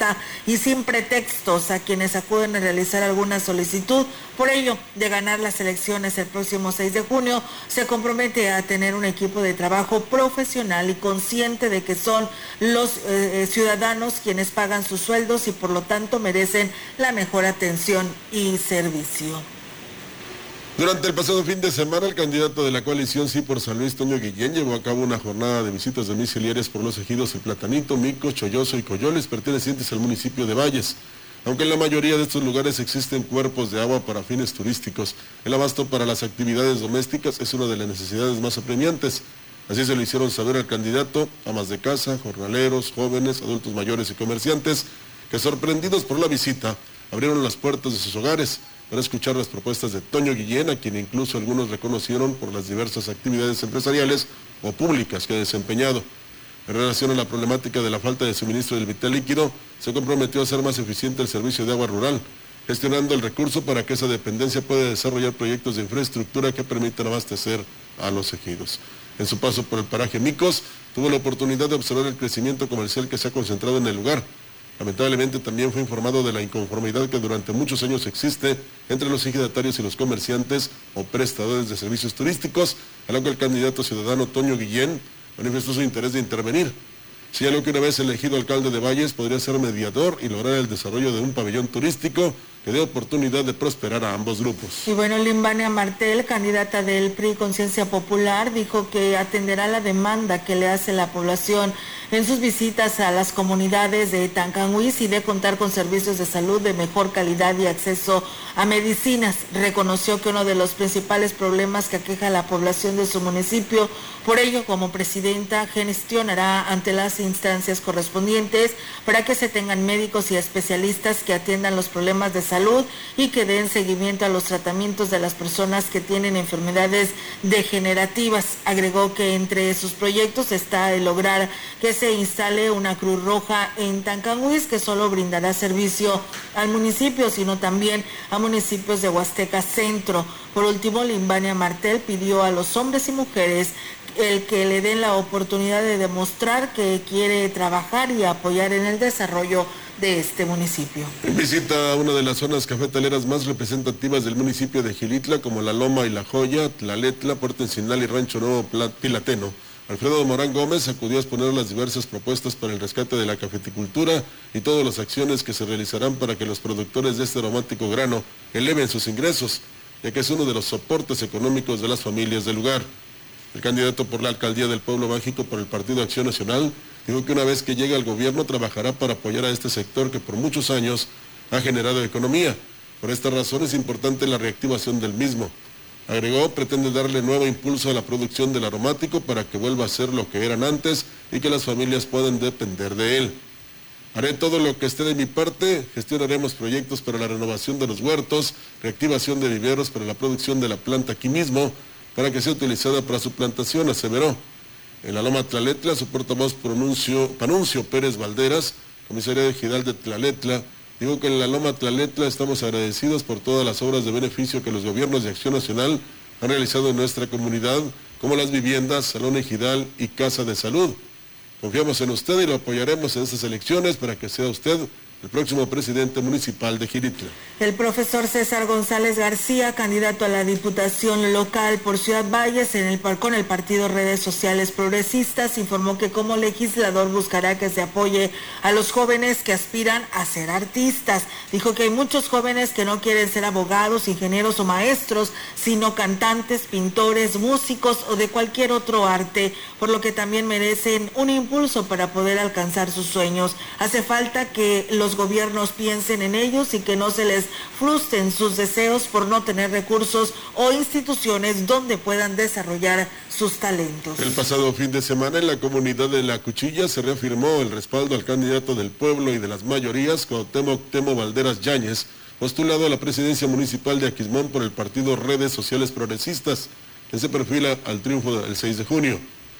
boca y sin pretextos a quienes acuden a realizar alguna solicitud. Por ello, de ganar las elecciones el próximo seis de junio, se compromete a tener un equipo de trabajo profesional y consciente de que son los eh, ciudadanos quienes pagan sus sueldos y por lo tanto merecen la mejor atención y servicio. Durante el pasado fin de semana, el candidato de la coalición Sí por San Luis, Toño Guillén, llevó a cabo una jornada de visitas domiciliarias por los ejidos El Platanito, Mico, Cholloso y Coyoles, pertenecientes al municipio de Valles. Aunque en la mayoría de estos lugares existen cuerpos de agua para fines turísticos, el abasto para las actividades domésticas es una de las necesidades más apremiantes. Así se lo hicieron saber al candidato, amas de casa, jornaleros, jóvenes, adultos mayores y comerciantes, que sorprendidos por la visita, abrieron las puertas de sus hogares para escuchar las propuestas de Toño Guillén, a quien incluso algunos reconocieron por las diversas actividades empresariales o públicas que ha desempeñado. En relación a la problemática de la falta de suministro del vital líquido, se comprometió a hacer más eficiente el servicio de agua rural, gestionando el recurso para que esa dependencia pueda desarrollar proyectos de infraestructura que permitan abastecer a los ejidos. En su paso por el paraje Micos, tuvo la oportunidad de observar el crecimiento comercial que se ha concentrado en el lugar. Lamentablemente también fue informado de la inconformidad que durante muchos años existe entre los ejidatarios y los comerciantes o prestadores de servicios turísticos, a lo que el candidato ciudadano Toño Guillén manifestó su interés de intervenir. Señaló que una vez elegido alcalde de Valles podría ser mediador y lograr el desarrollo de un pabellón turístico que dé oportunidad de prosperar a ambos grupos. Y bueno, Limbania Martel, candidata del P R I Conciencia Popular, dijo que atenderá la demanda que le hace la población en sus visitas a las comunidades de Tancanhuiz y de contar con servicios de salud de mejor calidad y acceso a medicinas. Reconoció que uno de los principales problemas que aqueja a la población de su municipio, por ello, como presidenta, gestionará ante las instancias correspondientes para que se tengan médicos y especialistas que atiendan los problemas de salud y que den seguimiento a los tratamientos de las personas que tienen enfermedades degenerativas. Agregó que entre sus proyectos está el lograr que se instale una Cruz Roja en Tancanhuiz, que solo brindará servicio al municipio, sino también a municipios de Huasteca Centro. Por último, Limbania Martel pidió a los hombres y mujeres el que le den la oportunidad de demostrar que quiere trabajar y apoyar en el desarrollo de este municipio. Visita a una de las zonas cafetaleras más representativas del municipio de Xilitla, como La Loma y La Joya, Tlaletla, Puerto Encinal y Rancho Nuevo Pilateno. Alfredo Morán Gómez acudió a exponer las diversas propuestas para el rescate de la cafeticultura y todas las acciones que se realizarán para que los productores de este aromático grano eleven sus ingresos, ya que es uno de los soportes económicos de las familias del lugar. El candidato por la alcaldía del Pueblo Mágico por el Partido Acción Nacional dijo que una vez que llegue al gobierno trabajará para apoyar a este sector que por muchos años ha generado economía. Por esta razón es importante la reactivación del mismo. Agregó, pretende darle nuevo impulso a la producción del aromático para que vuelva a ser lo que eran antes y que las familias puedan depender de él. Haré todo lo que esté de mi parte, gestionaremos proyectos para la renovación de los huertos, reactivación de viveros para la producción de la planta aquí mismo, para que sea utilizada para su plantación, aseveró. En la Loma Tlaletla, su portavoz Pronuncio, Panuncio Pérez Valderas, comisaria de Ejidal de Tlaletla, dijo que en la Loma Tlaletla estamos agradecidos por todas las obras de beneficio que los gobiernos de Acción Nacional han realizado en nuestra comunidad, como las viviendas, Salón Ejidal y Casa de Salud. Confiamos en usted y lo apoyaremos en estas elecciones para que sea usted el próximo presidente municipal de Xilitla. El profesor César González García, candidato a la Diputación Local por Ciudad Valles en el, con el partido Redes Sociales Progresistas, informó que como legislador buscará que se apoye a los jóvenes que aspiran a ser artistas. Dijo que hay muchos jóvenes que no quieren ser abogados, ingenieros o maestros, sino cantantes, pintores, músicos o de cualquier otro arte, por lo que también merecen un impulso para poder alcanzar sus sueños. Hace falta que los gobiernos piensen en ellos y que no se les frustren sus deseos por no tener recursos o instituciones donde puedan desarrollar sus talentos. El pasado fin de semana en la comunidad de La Cuchilla se reafirmó el respaldo al candidato del pueblo y de las mayorías, Cuauhtémoc Temo Valderas Yáñez, postulado a la presidencia municipal de Aquismón por el partido Redes Sociales Progresistas, que se perfila al triunfo del seis de junio.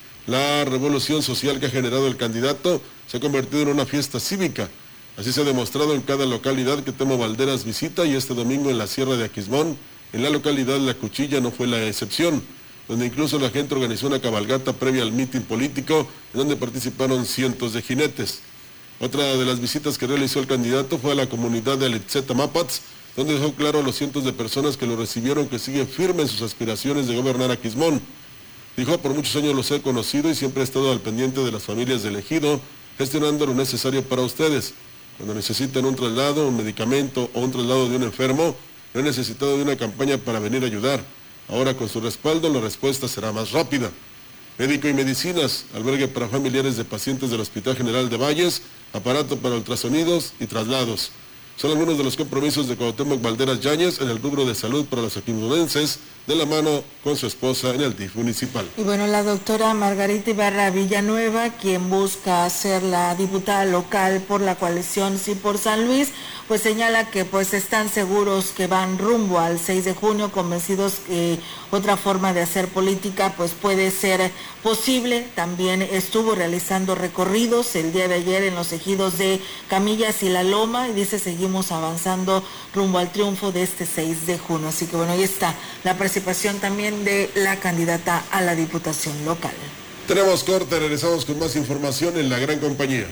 La revolución social que ha generado el candidato se ha convertido en una fiesta cívica. Así se ha demostrado en cada localidad que Temo Valderas visita, y este domingo en la Sierra de Aquismón, en la localidad de La Cuchilla, no fue la excepción, donde incluso la gente organizó una cabalgata previa al mitin político, en donde participaron cientos de jinetes. Otra de las visitas que realizó el candidato fue a la comunidad de Alitzeta-Mapatz, donde dejó claro a los cientos de personas que lo recibieron que sigue firme en sus aspiraciones de gobernar a Quismón. Dijo, por muchos años los he conocido y siempre he estado al pendiente de las familias del ejido, gestionando lo necesario para ustedes. Cuando necesiten un traslado, un medicamento o un traslado de un enfermo, no he necesitado de una campaña para venir a ayudar. Ahora con su respaldo la respuesta será más rápida. Médico y medicinas, albergue para familiares de pacientes del Hospital General de Valles, aparato para ultrasonidos y traslados. Son algunos de los compromisos de Cuauhtémoc Valderas Yáñez en el rubro de salud para los aquismonenses, de la mano con su esposa en el D I F municipal. Y bueno, la doctora Margarita Ibarra Villanueva, quien busca ser la diputada local por la coalición Sí por San Luis, pues señala que pues están seguros que van rumbo al seis de junio, convencidos que otra forma de hacer política pues puede ser posible. También estuvo realizando recorridos el día de ayer en los ejidos de Camillas y La Loma y dice seguimos avanzando rumbo al triunfo de este seis de junio. Así que bueno, ahí está la participación también de la candidata a la diputación local. Tenemos corte, regresamos con más información en La Gran Compañía.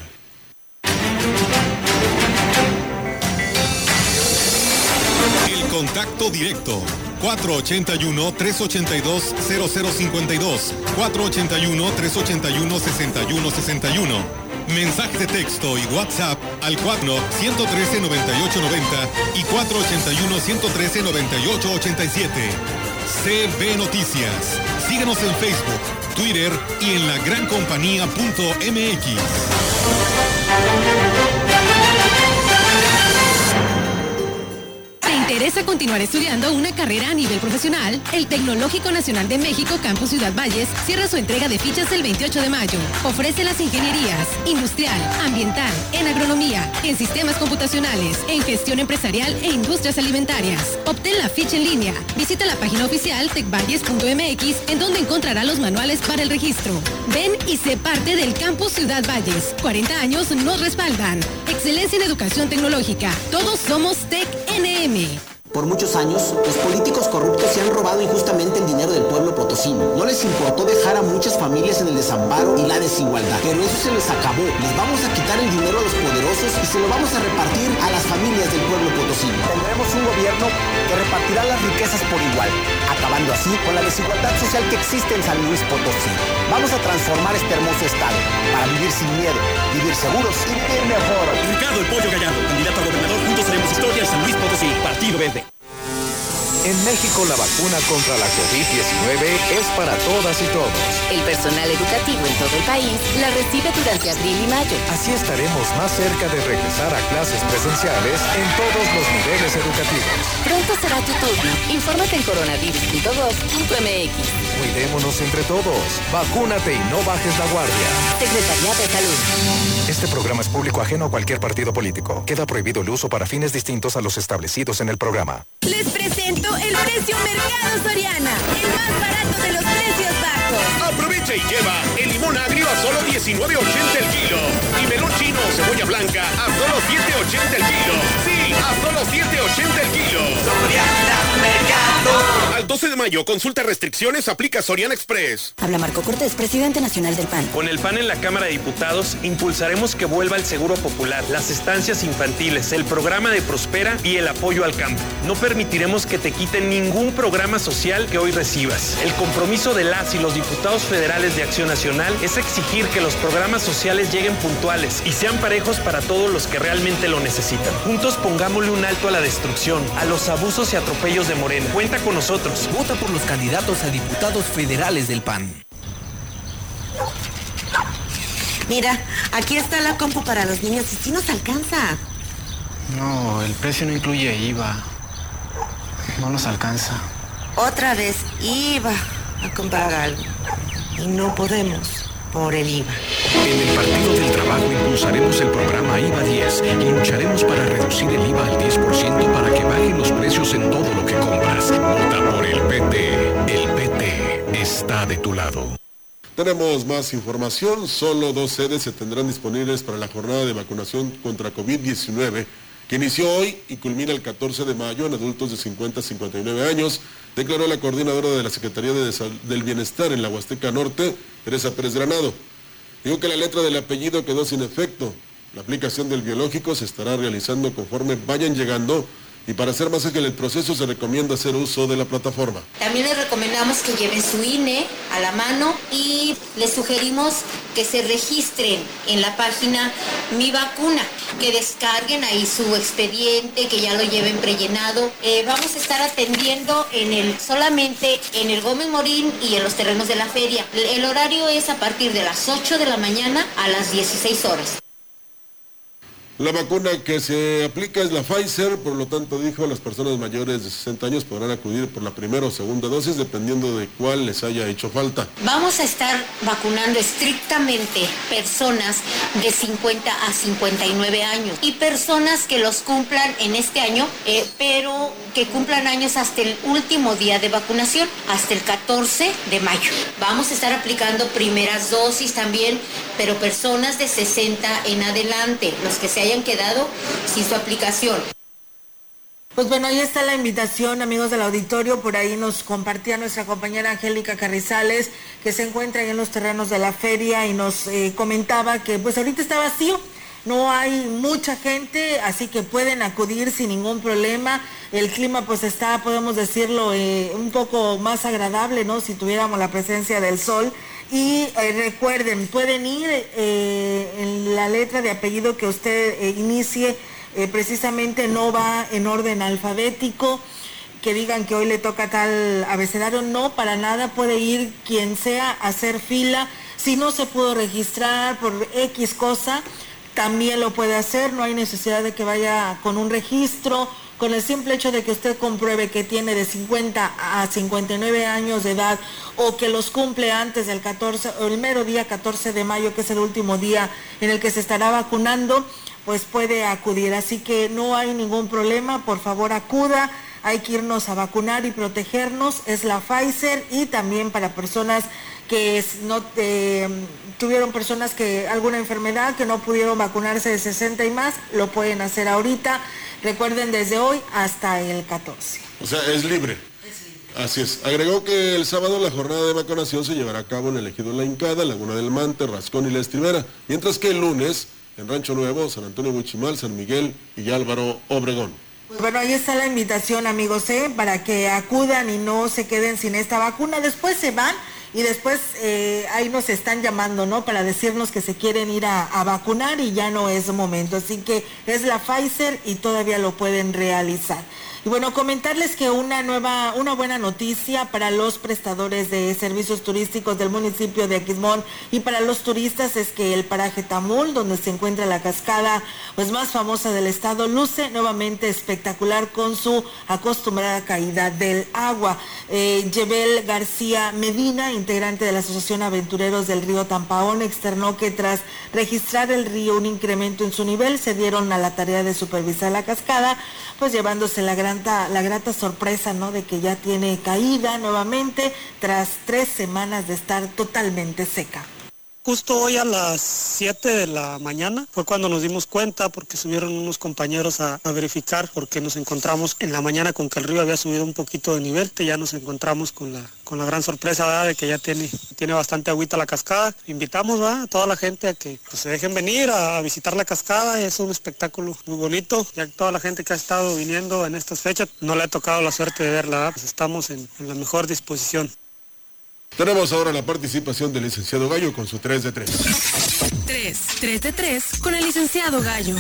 El contacto directo cuatro ochenta y uno, trescientos ochenta y dos, cero cero cincuenta y dos, cuatro ochenta y uno, trescientos ochenta y uno, sesenta y uno sesenta y uno. Mensaje de texto y WhatsApp al cuatro, ciento trece, noventa y ocho noventa y cuatro ochenta y uno, ciento trece, noventa y ocho ochenta y siete. C B Noticias. Síguenos en Facebook, Twitter y en la gran compañía punto m x. ¿Te interesa continuar estudiando una carrera a nivel profesional? El Tecnológico Nacional de México Campus Ciudad Valles cierra su entrega de fichas el veintiocho de mayo. Ofrece las ingenierías industrial, ambiental, en agronomía, en sistemas computacionales, en gestión empresarial e industrias alimentarias. Obtén la ficha en línea. Visita la página oficial tec valles punto m x, en donde encontrará los manuales para el registro. Ven y sé parte del Campus Ciudad Valles. cuarenta años nos respaldan. Excelencia en educación tecnológica. Todos somos Tec N M. Por muchos años, los políticos corruptos se han robado injustamente el dinero del pueblo potosino. No les importó dejar a muchas familias en el desamparo y la desigualdad. Pero eso se les acabó. Les vamos a quitar el dinero a los poderosos y se lo vamos a repartir a las familias del pueblo potosino. Tendremos un gobierno que repartirá las riquezas por igual, acabando así con la desigualdad social que existe en San Luis Potosí. Vamos a transformar este hermoso estado para vivir sin miedo, vivir seguros y vivir mejor. Ricardo El Pollo Gallardo, candidato a gobernador. Juntos haremos historia en San Luis Potosí. Partido Verde. En México la vacuna contra la covid diecinueve es para todas y todos. El personal educativo en todo el país la recibe durante abril y mayo. Así estaremos más cerca de regresar a clases presenciales en todos los niveles educativos. Pronto será tu turno. Infórmate en coronavirus punto gov punto m x. Cuidémonos entre todos. Vacúnate y no bajes la guardia. Secretaría de Salud. Este programa es público ajeno a cualquier partido político. Queda prohibido el uso para fines distintos a los establecidos en el programa. Les presento el precio Mercado Soriana, el más barato de los precios bajos. Aprovecha y lleva el limón agrio a solo diecinueve ochenta el kilo y melón chino o cebolla blanca a solo siete ochenta el kilo. Sí, a solo siete ochenta el kilo. Soriana Mercado. Al doce de mayo, consulta restricciones, aplica Soriana Express. Habla Marco Cortés, presidente nacional del P A N. Con el P A N en la Cámara de Diputados, impulsaremos que vuelva el seguro popular, las estancias infantiles, el programa de Prospera y el apoyo al campo. No permitiremos que te quiten ningún programa social que hoy recibas. El compromiso de las y los diputados federales de Acción Nacional es exigir que los programas sociales lleguen puntuales y sean parejos para todos los que realmente lo necesitan. Juntos pongámosle un alto a la destrucción, a los abusos y atropellos de Morena. Cuenta con nosotros. Vota por los candidatos a diputados federales del P A N. Mira, aquí está la compu para los niños y sí nos alcanza. No, el precio no incluye I V A. No nos alcanza. Otra vez iba a comprar algo y no podemos por el I V A. En el Partido del Trabajo impulsaremos el programa I V A diez y lucharemos para reducir el I V A al diez por ciento para que bajen los precios en todo lo que compras. Vota por el P T. El P T está de tu lado. Tenemos más información. Solo dos sedes se tendrán disponibles para la jornada de vacunación contra covid diecinueve que inició hoy y culmina el catorce de mayo en adultos de cincuenta a cincuenta y nueve años, declaró la coordinadora de la Secretaría de del Bienestar en la Huasteca Norte, Teresa Pérez Granado. Dijo que la letra del apellido quedó sin efecto, La aplicación del biológico se estará realizando conforme vayan llegando y para hacer más ágil el proceso se recomienda hacer uso de la plataforma. También les recomendamos que lleven su I N E a la mano y les sugerimos que se registren en la página Mi Vacuna, que descarguen ahí su expediente, que ya lo lleven prellenado. Eh, vamos a estar atendiendo en el, solamente en el Gómez Morín y en los terrenos de la feria. El horario es a partir de las ocho de la mañana a las dieciséis horas. La vacuna que se aplica es la Pfizer, por lo tanto, dijo, las personas mayores de sesenta años podrán acudir por la primera o segunda dosis dependiendo de cuál les haya hecho falta. Vamos a estar vacunando estrictamente personas de cincuenta a cincuenta y nueve años y personas que los cumplan en este año, eh, pero que cumplan años hasta el último día de vacunación, hasta el catorce de mayo. Vamos a estar aplicando primeras dosis también, pero personas de sesenta en adelante, los que se hayan quedado sin su aplicación. Pues bueno, ahí está la invitación, amigos del auditorio. Por ahí nos compartía nuestra compañera Angélica Carrizales, que se encuentra ahí en los terrenos de la feria y nos eh, comentaba que pues ahorita está vacío, no hay mucha gente, así que pueden acudir sin ningún problema. El clima pues está, podemos decirlo, eh, un poco más agradable, ¿no? Si tuviéramos la presencia del sol. Y eh, recuerden, pueden ir eh, en la letra de apellido que usted eh, inicie, eh, precisamente no va en orden alfabético, que digan que hoy le toca tal abecedario, no, para nada, puede ir quien sea a hacer fila. Si no se pudo registrar por X cosa, también lo puede hacer, no hay necesidad de que vaya con un registro. Con el simple hecho de que usted compruebe que tiene de cincuenta a cincuenta y nueve años de edad o que los cumple antes del catorce, o el mero día catorce de mayo, que es el último día en el que se estará vacunando, pues puede acudir. Así que no hay ningún problema, por favor acuda, hay que irnos a vacunar y protegernos, es la Pfizer, y también para personas que no eh, tuvieron personas que alguna enfermedad, que no pudieron vacunarse de sesenta y más, lo pueden hacer ahorita. Recuerden, desde hoy hasta el catorce. O sea, es libre. Es libre. Así es. Agregó que el sábado la jornada de vacunación se llevará a cabo en el ejido La Hincada, Laguna del Mante, Rascón y La Estribera, mientras que el lunes en Rancho Nuevo, San Antonio Huichimal, San Miguel y Álvaro Obregón. Pues bueno, ahí está la invitación, amigos, ¿eh? Para que acudan y no se queden sin esta vacuna. Después se van y después eh, ahí nos están llamando, ¿no? Para decirnos que se quieren ir a, a vacunar y ya no es momento. Así que es la Pfizer y todavía lo pueden realizar. Y bueno, comentarles que una nueva, una buena noticia para los prestadores de servicios turísticos del municipio de Aquismón y para los turistas es que el paraje Tamul, donde se encuentra la cascada pues más famosa del estado, luce nuevamente espectacular con su acostumbrada caída del agua. Eh, Yebel García Medina, integrante de la Asociación Aventureros del Río Tampaón, externó que tras registrar el río un incremento en su nivel, se dieron a la tarea de supervisar la cascada, pues llevándose la gran la grata sorpresa, ¿no?, de que ya tiene caída nuevamente tras tres semanas de estar totalmente seca. Justo hoy a las siete de la mañana fue cuando nos dimos cuenta, porque subieron unos compañeros a, a verificar, porque nos encontramos en la mañana con que el río había subido un poquito de nivel. Ya nos encontramos con la con la gran sorpresa, ¿verdad?, de que ya tiene tiene bastante agüita la cascada. Invitamos, ¿verdad?, a toda la gente a que pues, se dejen venir a, a visitar la cascada. Es un espectáculo muy bonito, ya que toda la gente que ha estado viniendo en estas fechas no le ha tocado la suerte de verla, ¿verdad? Pues estamos en, en la mejor disposición. Tenemos ahora la participación del licenciado Gallo con su tres de tres. tres, tres de tres con el licenciado Gallo.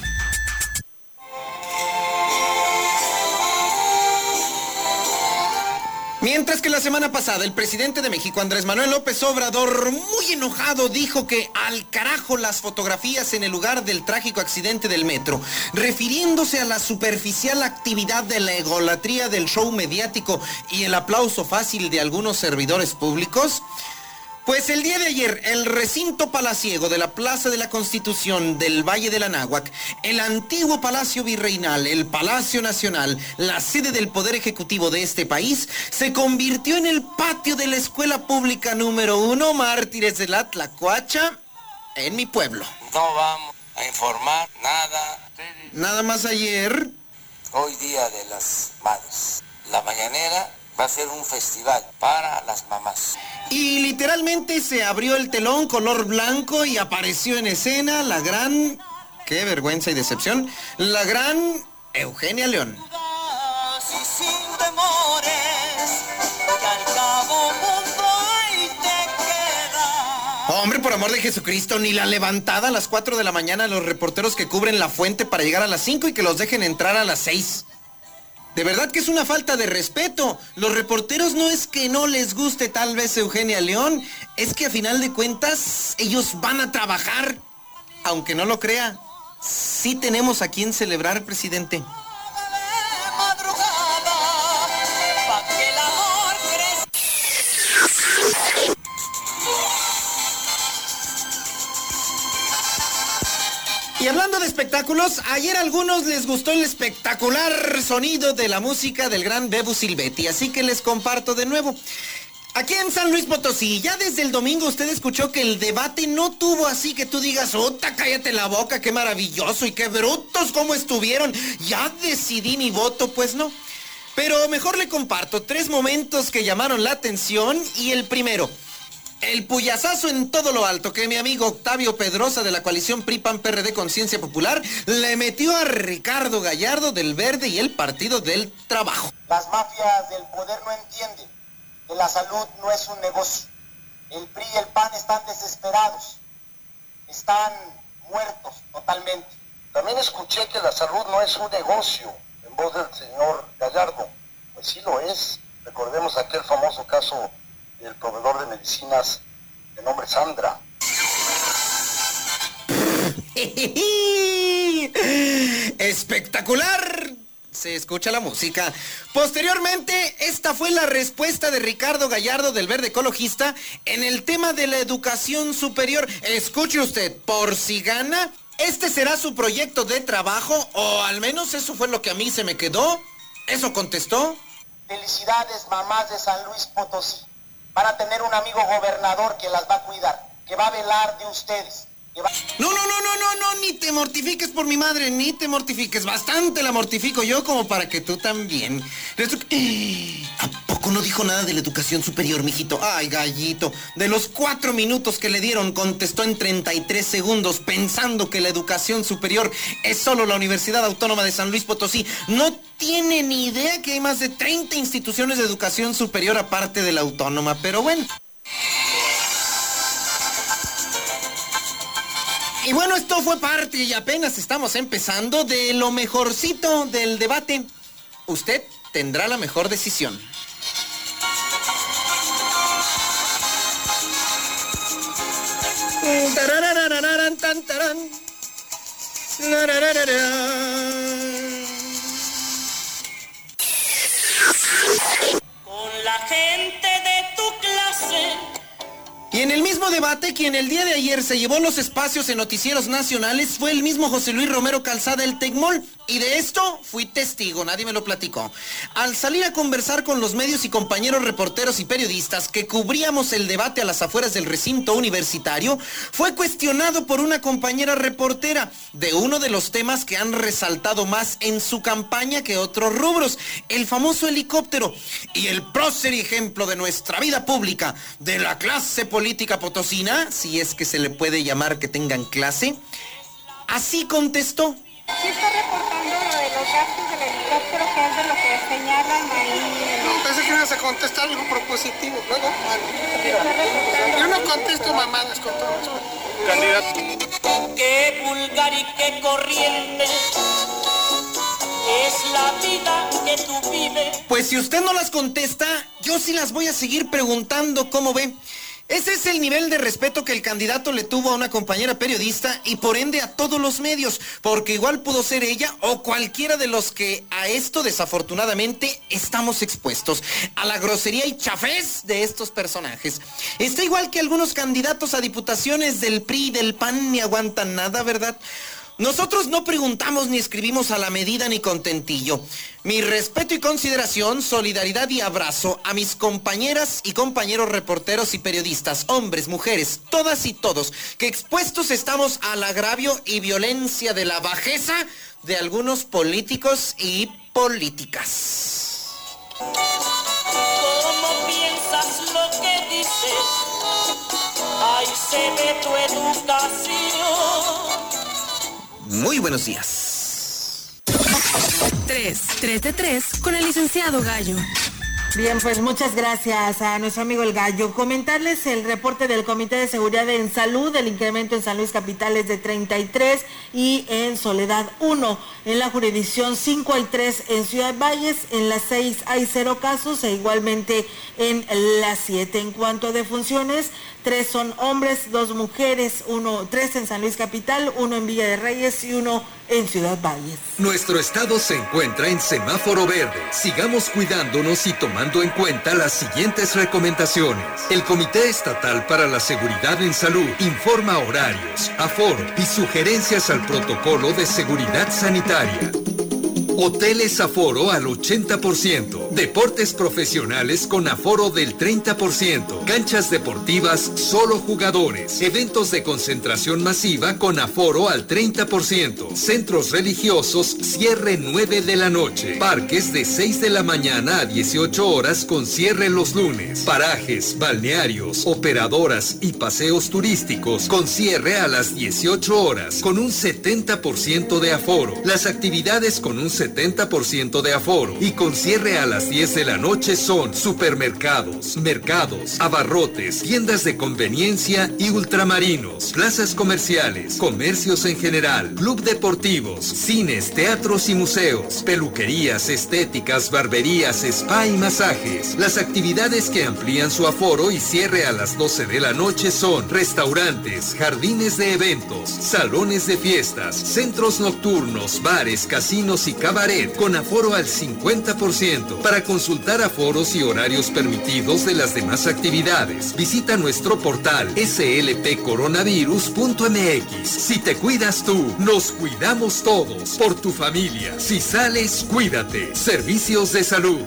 Mientras que la semana pasada el presidente de México, Andrés Manuel López Obrador, muy enojado, dijo que al carajo las fotografías en el lugar del trágico accidente del metro, refiriéndose a la superficial actividad de la egolatría del show mediático y el aplauso fácil de algunos servidores públicos. Pues el día de ayer, el recinto palaciego de la Plaza de la Constitución del Valle del Anáhuac, el antiguo Palacio Virreinal, el Palacio Nacional, la sede del Poder Ejecutivo de este país, se convirtió en el patio de la Escuela Pública número uno, Mártires de la Tlacuacha, en mi pueblo. No vamos a informar nada. Nada más ayer. Hoy día de las madres. La mañanera va a ser un festival para las mamás. Y literalmente se abrió el telón color blanco y apareció en escena la gran qué vergüenza y decepción, la gran Eugenia León. Hombre, por amor de Jesucristo, ni la levantada a las cuatro de la mañana a los reporteros que cubren La Fuente para llegar a las cinco y que los dejen entrar a las seis. De verdad que es una falta de respeto. Los reporteros no es que no les guste tal vez Eugenia León, es que a final de cuentas ellos van a trabajar. Aunque no lo crea, sí tenemos a quien celebrar, presidente. Y hablando de espectáculos, ayer a algunos les gustó el espectacular sonido de la música del gran Bebo Silvetti, así que les comparto de nuevo. Aquí en San Luis Potosí, ya desde el domingo usted escuchó que el debate no tuvo así que tú digas, ¡ota, cállate la boca, qué maravilloso y qué brutos cómo estuvieron! Ya decidí mi voto, pues no. Pero mejor le comparto tres momentos que llamaron la atención y el primero... el puyazazo en todo lo alto que mi amigo Octavio Pedrosa de la coalición P R I P A N P R D Conciencia Popular le metió a Ricardo Gallardo del Verde y el Partido del Trabajo. Las mafias del poder no entienden que la salud no es un negocio. El P R I y el P A N están desesperados, están muertos totalmente. También escuché que la salud no es un negocio, en voz del señor Gallardo. Pues sí lo es. Recordemos aquel famoso caso del proveedor de medicinas de nombre Sandra. ¡Espectacular! Se escucha la música. Posteriormente, esta fue la respuesta de Ricardo Gallardo del Verde Ecologista en el tema de la educación superior. Escuche usted, por si gana, este será su proyecto de trabajo, o al menos eso fue lo que a mí se me quedó. Eso contestó. Felicidades, mamás de San Luis Potosí. Van a tener un amigo gobernador que las va a cuidar, que va a velar de ustedes. Que va... No, no, no, no, no, no, ni te mortifiques por mi madre, ni te mortifiques. Bastante la mortifico yo como para que tú también. ¿A poco no dijo nada de la educación superior, mijito? Ay, gallito, de los cuatro minutos que le dieron, contestó en treinta y tres segundos, pensando que la educación superior es solo la Universidad Autónoma de San Luis Potosí. No tiene ni idea que hay más de treinta instituciones de educación superior aparte de la autónoma, pero bueno. Y bueno, esto fue parte y apenas estamos empezando de lo mejorcito del debate. Usted tendrá la mejor decisión. Con la gente de tu clase. Y en el mismo debate, quien el día de ayer se llevó los espacios en noticieros nacionales fue el mismo José Luis Romero Calzada, el Tecmol. Y de esto fui testigo, nadie me lo platicó. Al salir a conversar con los medios y compañeros reporteros y periodistas que cubríamos el debate a las afueras del recinto universitario, fue cuestionado por una compañera reportera de uno de los temas que han resaltado más en su campaña que otros rubros, el famoso helicóptero. Y el prócer ejemplo de nuestra vida pública, de la clase política potosina, si es que se le puede llamar que tengan clase, así contestó. Sí está reportando lo de los gastos del helicóptero, que es de lo que señalan ahí. No, pensé que ibas a contestar algo propositivo. Luego, bueno. Yo no contesto mamadas con todo respeto. Candidato. Qué vulgar y qué corriente es la vida que tú vives. Pues si usted no las contesta, yo sí las voy a seguir preguntando, ¿cómo ve? Ese es el nivel de respeto que el candidato le tuvo a una compañera periodista y por ende a todos los medios, porque igual pudo ser ella o cualquiera de los que a esto desafortunadamente estamos expuestos, a la grosería y chafés de estos personajes. Está igual que algunos candidatos a diputaciones del P R I y del P A N ni aguantan nada, ¿verdad? Nosotros no preguntamos ni escribimos a la medida ni contentillo. Mi respeto y consideración, solidaridad y abrazo a mis compañeras y compañeros reporteros y periodistas, hombres, mujeres, todas y todos, que expuestos estamos al agravio y violencia de la bajeza de algunos políticos y políticas. ¿Cómo piensas lo que dices? Ahí se ve tu educación. Muy buenos días. tres, tres de tres con el licenciado Gallo. Bien, pues muchas gracias a nuestro amigo el Gallo. Comentarles el reporte del Comité de Seguridad en Salud, el incremento en San Luis Capital es de treinta y tres y en Soledad uno. En la jurisdicción cinco hay tres en Ciudad Valles, en las seis hay cero casos e igualmente en las siete. En cuanto a defunciones, tres son hombres, dos mujeres, uno, tres en San Luis Capital, uno en Villa de Reyes y uno en Ciudad Valles. Nuestro estado se encuentra en semáforo verde. Sigamos cuidándonos y tomando en cuenta las siguientes recomendaciones. El Comité Estatal para la Seguridad en Salud informa horarios, aforo y sugerencias al protocolo de seguridad sanitaria. Hoteles aforo al ochenta por ciento. Deportes profesionales con aforo del treinta por ciento. Canchas deportivas solo jugadores. Eventos de concentración masiva con aforo al treinta por ciento. Centros religiosos cierre nueve de la noche. Parques de seis de la mañana a dieciocho horas con cierre los lunes. Parajes, balnearios, operadoras y paseos turísticos con cierre a las dieciocho horas con un setenta por ciento de aforo. Las actividades con un setenta por ciento de aforo y con cierre a las diez de la noche son supermercados, mercados, abarrotes, tiendas de conveniencia y ultramarinos, plazas comerciales, comercios en general, club deportivos, cines, teatros y museos, peluquerías, estéticas, barberías, spa y masajes. Las actividades que amplían su aforo y cierre a las doce de la noche son restaurantes, jardines de eventos, salones de fiestas, centros nocturnos, bares, casinos y cabarets con aforo al cincuenta por ciento. Para consultar aforos y horarios permitidos de las demás actividades, visita nuestro portal ese ele pe coronavirus punto eme equis. Si te cuidas tú, nos cuidamos todos. Por tu familia. Si sales, cuídate. Servicios de salud.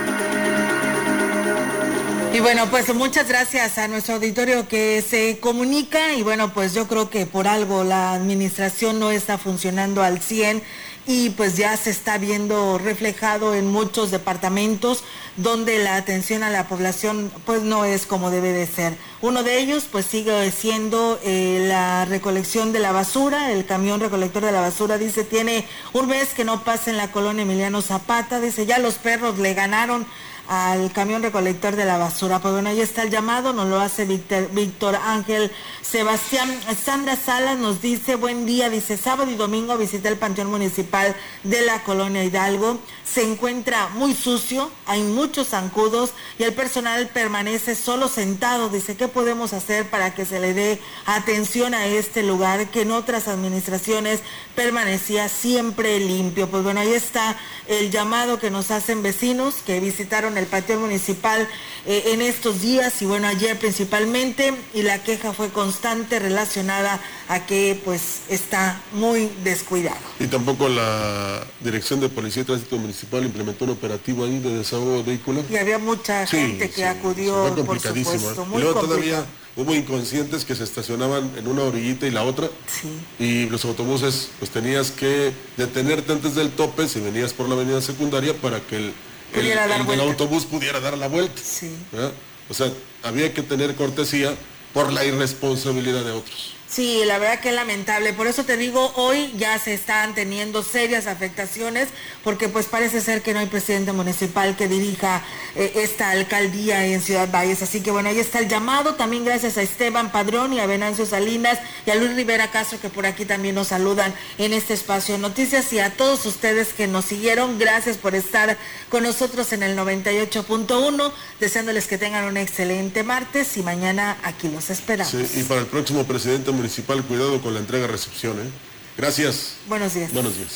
Y bueno, pues muchas gracias a nuestro auditorio que se comunica y bueno, pues yo creo que por algo la administración no está funcionando al cien y pues ya se está viendo reflejado en muchos departamentos donde la atención a la población pues no es como debe de ser. Uno de ellos pues sigue siendo eh, la recolección de la basura. El camión recolector de la basura dice tiene un mes que no pasa en la colonia Emiliano Zapata, dice ya los perros le ganaron al camión recolector de la basura. Pues bueno, ahí está el llamado, nos lo hace Víctor, Víctor Ángel Sebastián. Sandra Salas nos dice, buen día, dice, sábado y domingo visité el Panteón Municipal de la Colonia Hidalgo, se encuentra muy sucio, hay muchos zancudos y el personal permanece solo sentado. Dice, ¿qué podemos hacer para que se le dé atención a este lugar que en otras administraciones permanecía siempre limpio? Pues bueno, ahí está el llamado que nos hacen vecinos que visitaron el Panteón Municipal eh, en estos días y bueno, ayer principalmente, y la queja fue constante relacionada a que pues está muy descuidado. Y tampoco la Dirección de Policía y Tránsito Municipal implementó un operativo ahí de desahogo vehicular. Y había mucha sí, gente que sí, acudió, fue complicadísimo, por supuesto, muy y luego complicado. Todavía hubo inconscientes que se estacionaban en una orillita y la otra, sí. Y los autobuses pues tenías que detenerte antes del tope si venías por la avenida secundaria para que el El, el del autobús pudiera dar la vuelta. Sí. O sea, había que tener cortesía por la irresponsabilidad de otros. Sí, la verdad que es lamentable. Por eso te digo, hoy ya se están teniendo serias afectaciones, porque pues parece ser que no hay presidente municipal que dirija eh, esta alcaldía en Ciudad Valles. Así que bueno, ahí está el llamado. También gracias a Esteban Padrón y a Venancio Salinas y a Luis Rivera Castro, que por aquí también nos saludan en este espacio de noticias. Y a todos ustedes que nos siguieron, gracias por estar con nosotros en el noventa y ocho punto uno, deseándoles que tengan un excelente martes y mañana aquí los esperamos. Sí, y para el próximo presidente municipal, municipal, cuidado con la entrega-recepción, ¿eh? Gracias. Buenos días. Buenos días.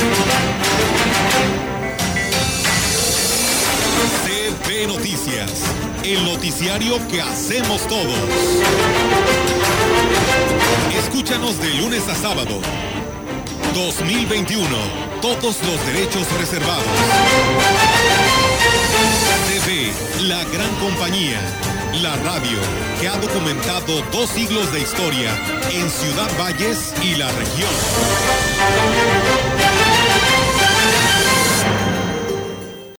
C B Noticias, el noticiario que hacemos todos. Escúchanos de lunes a sábado. dos mil veintiuno, todos los derechos reservados. C B, la gran compañía. La radio que ha documentado dos siglos de historia en Ciudad Valles y la región.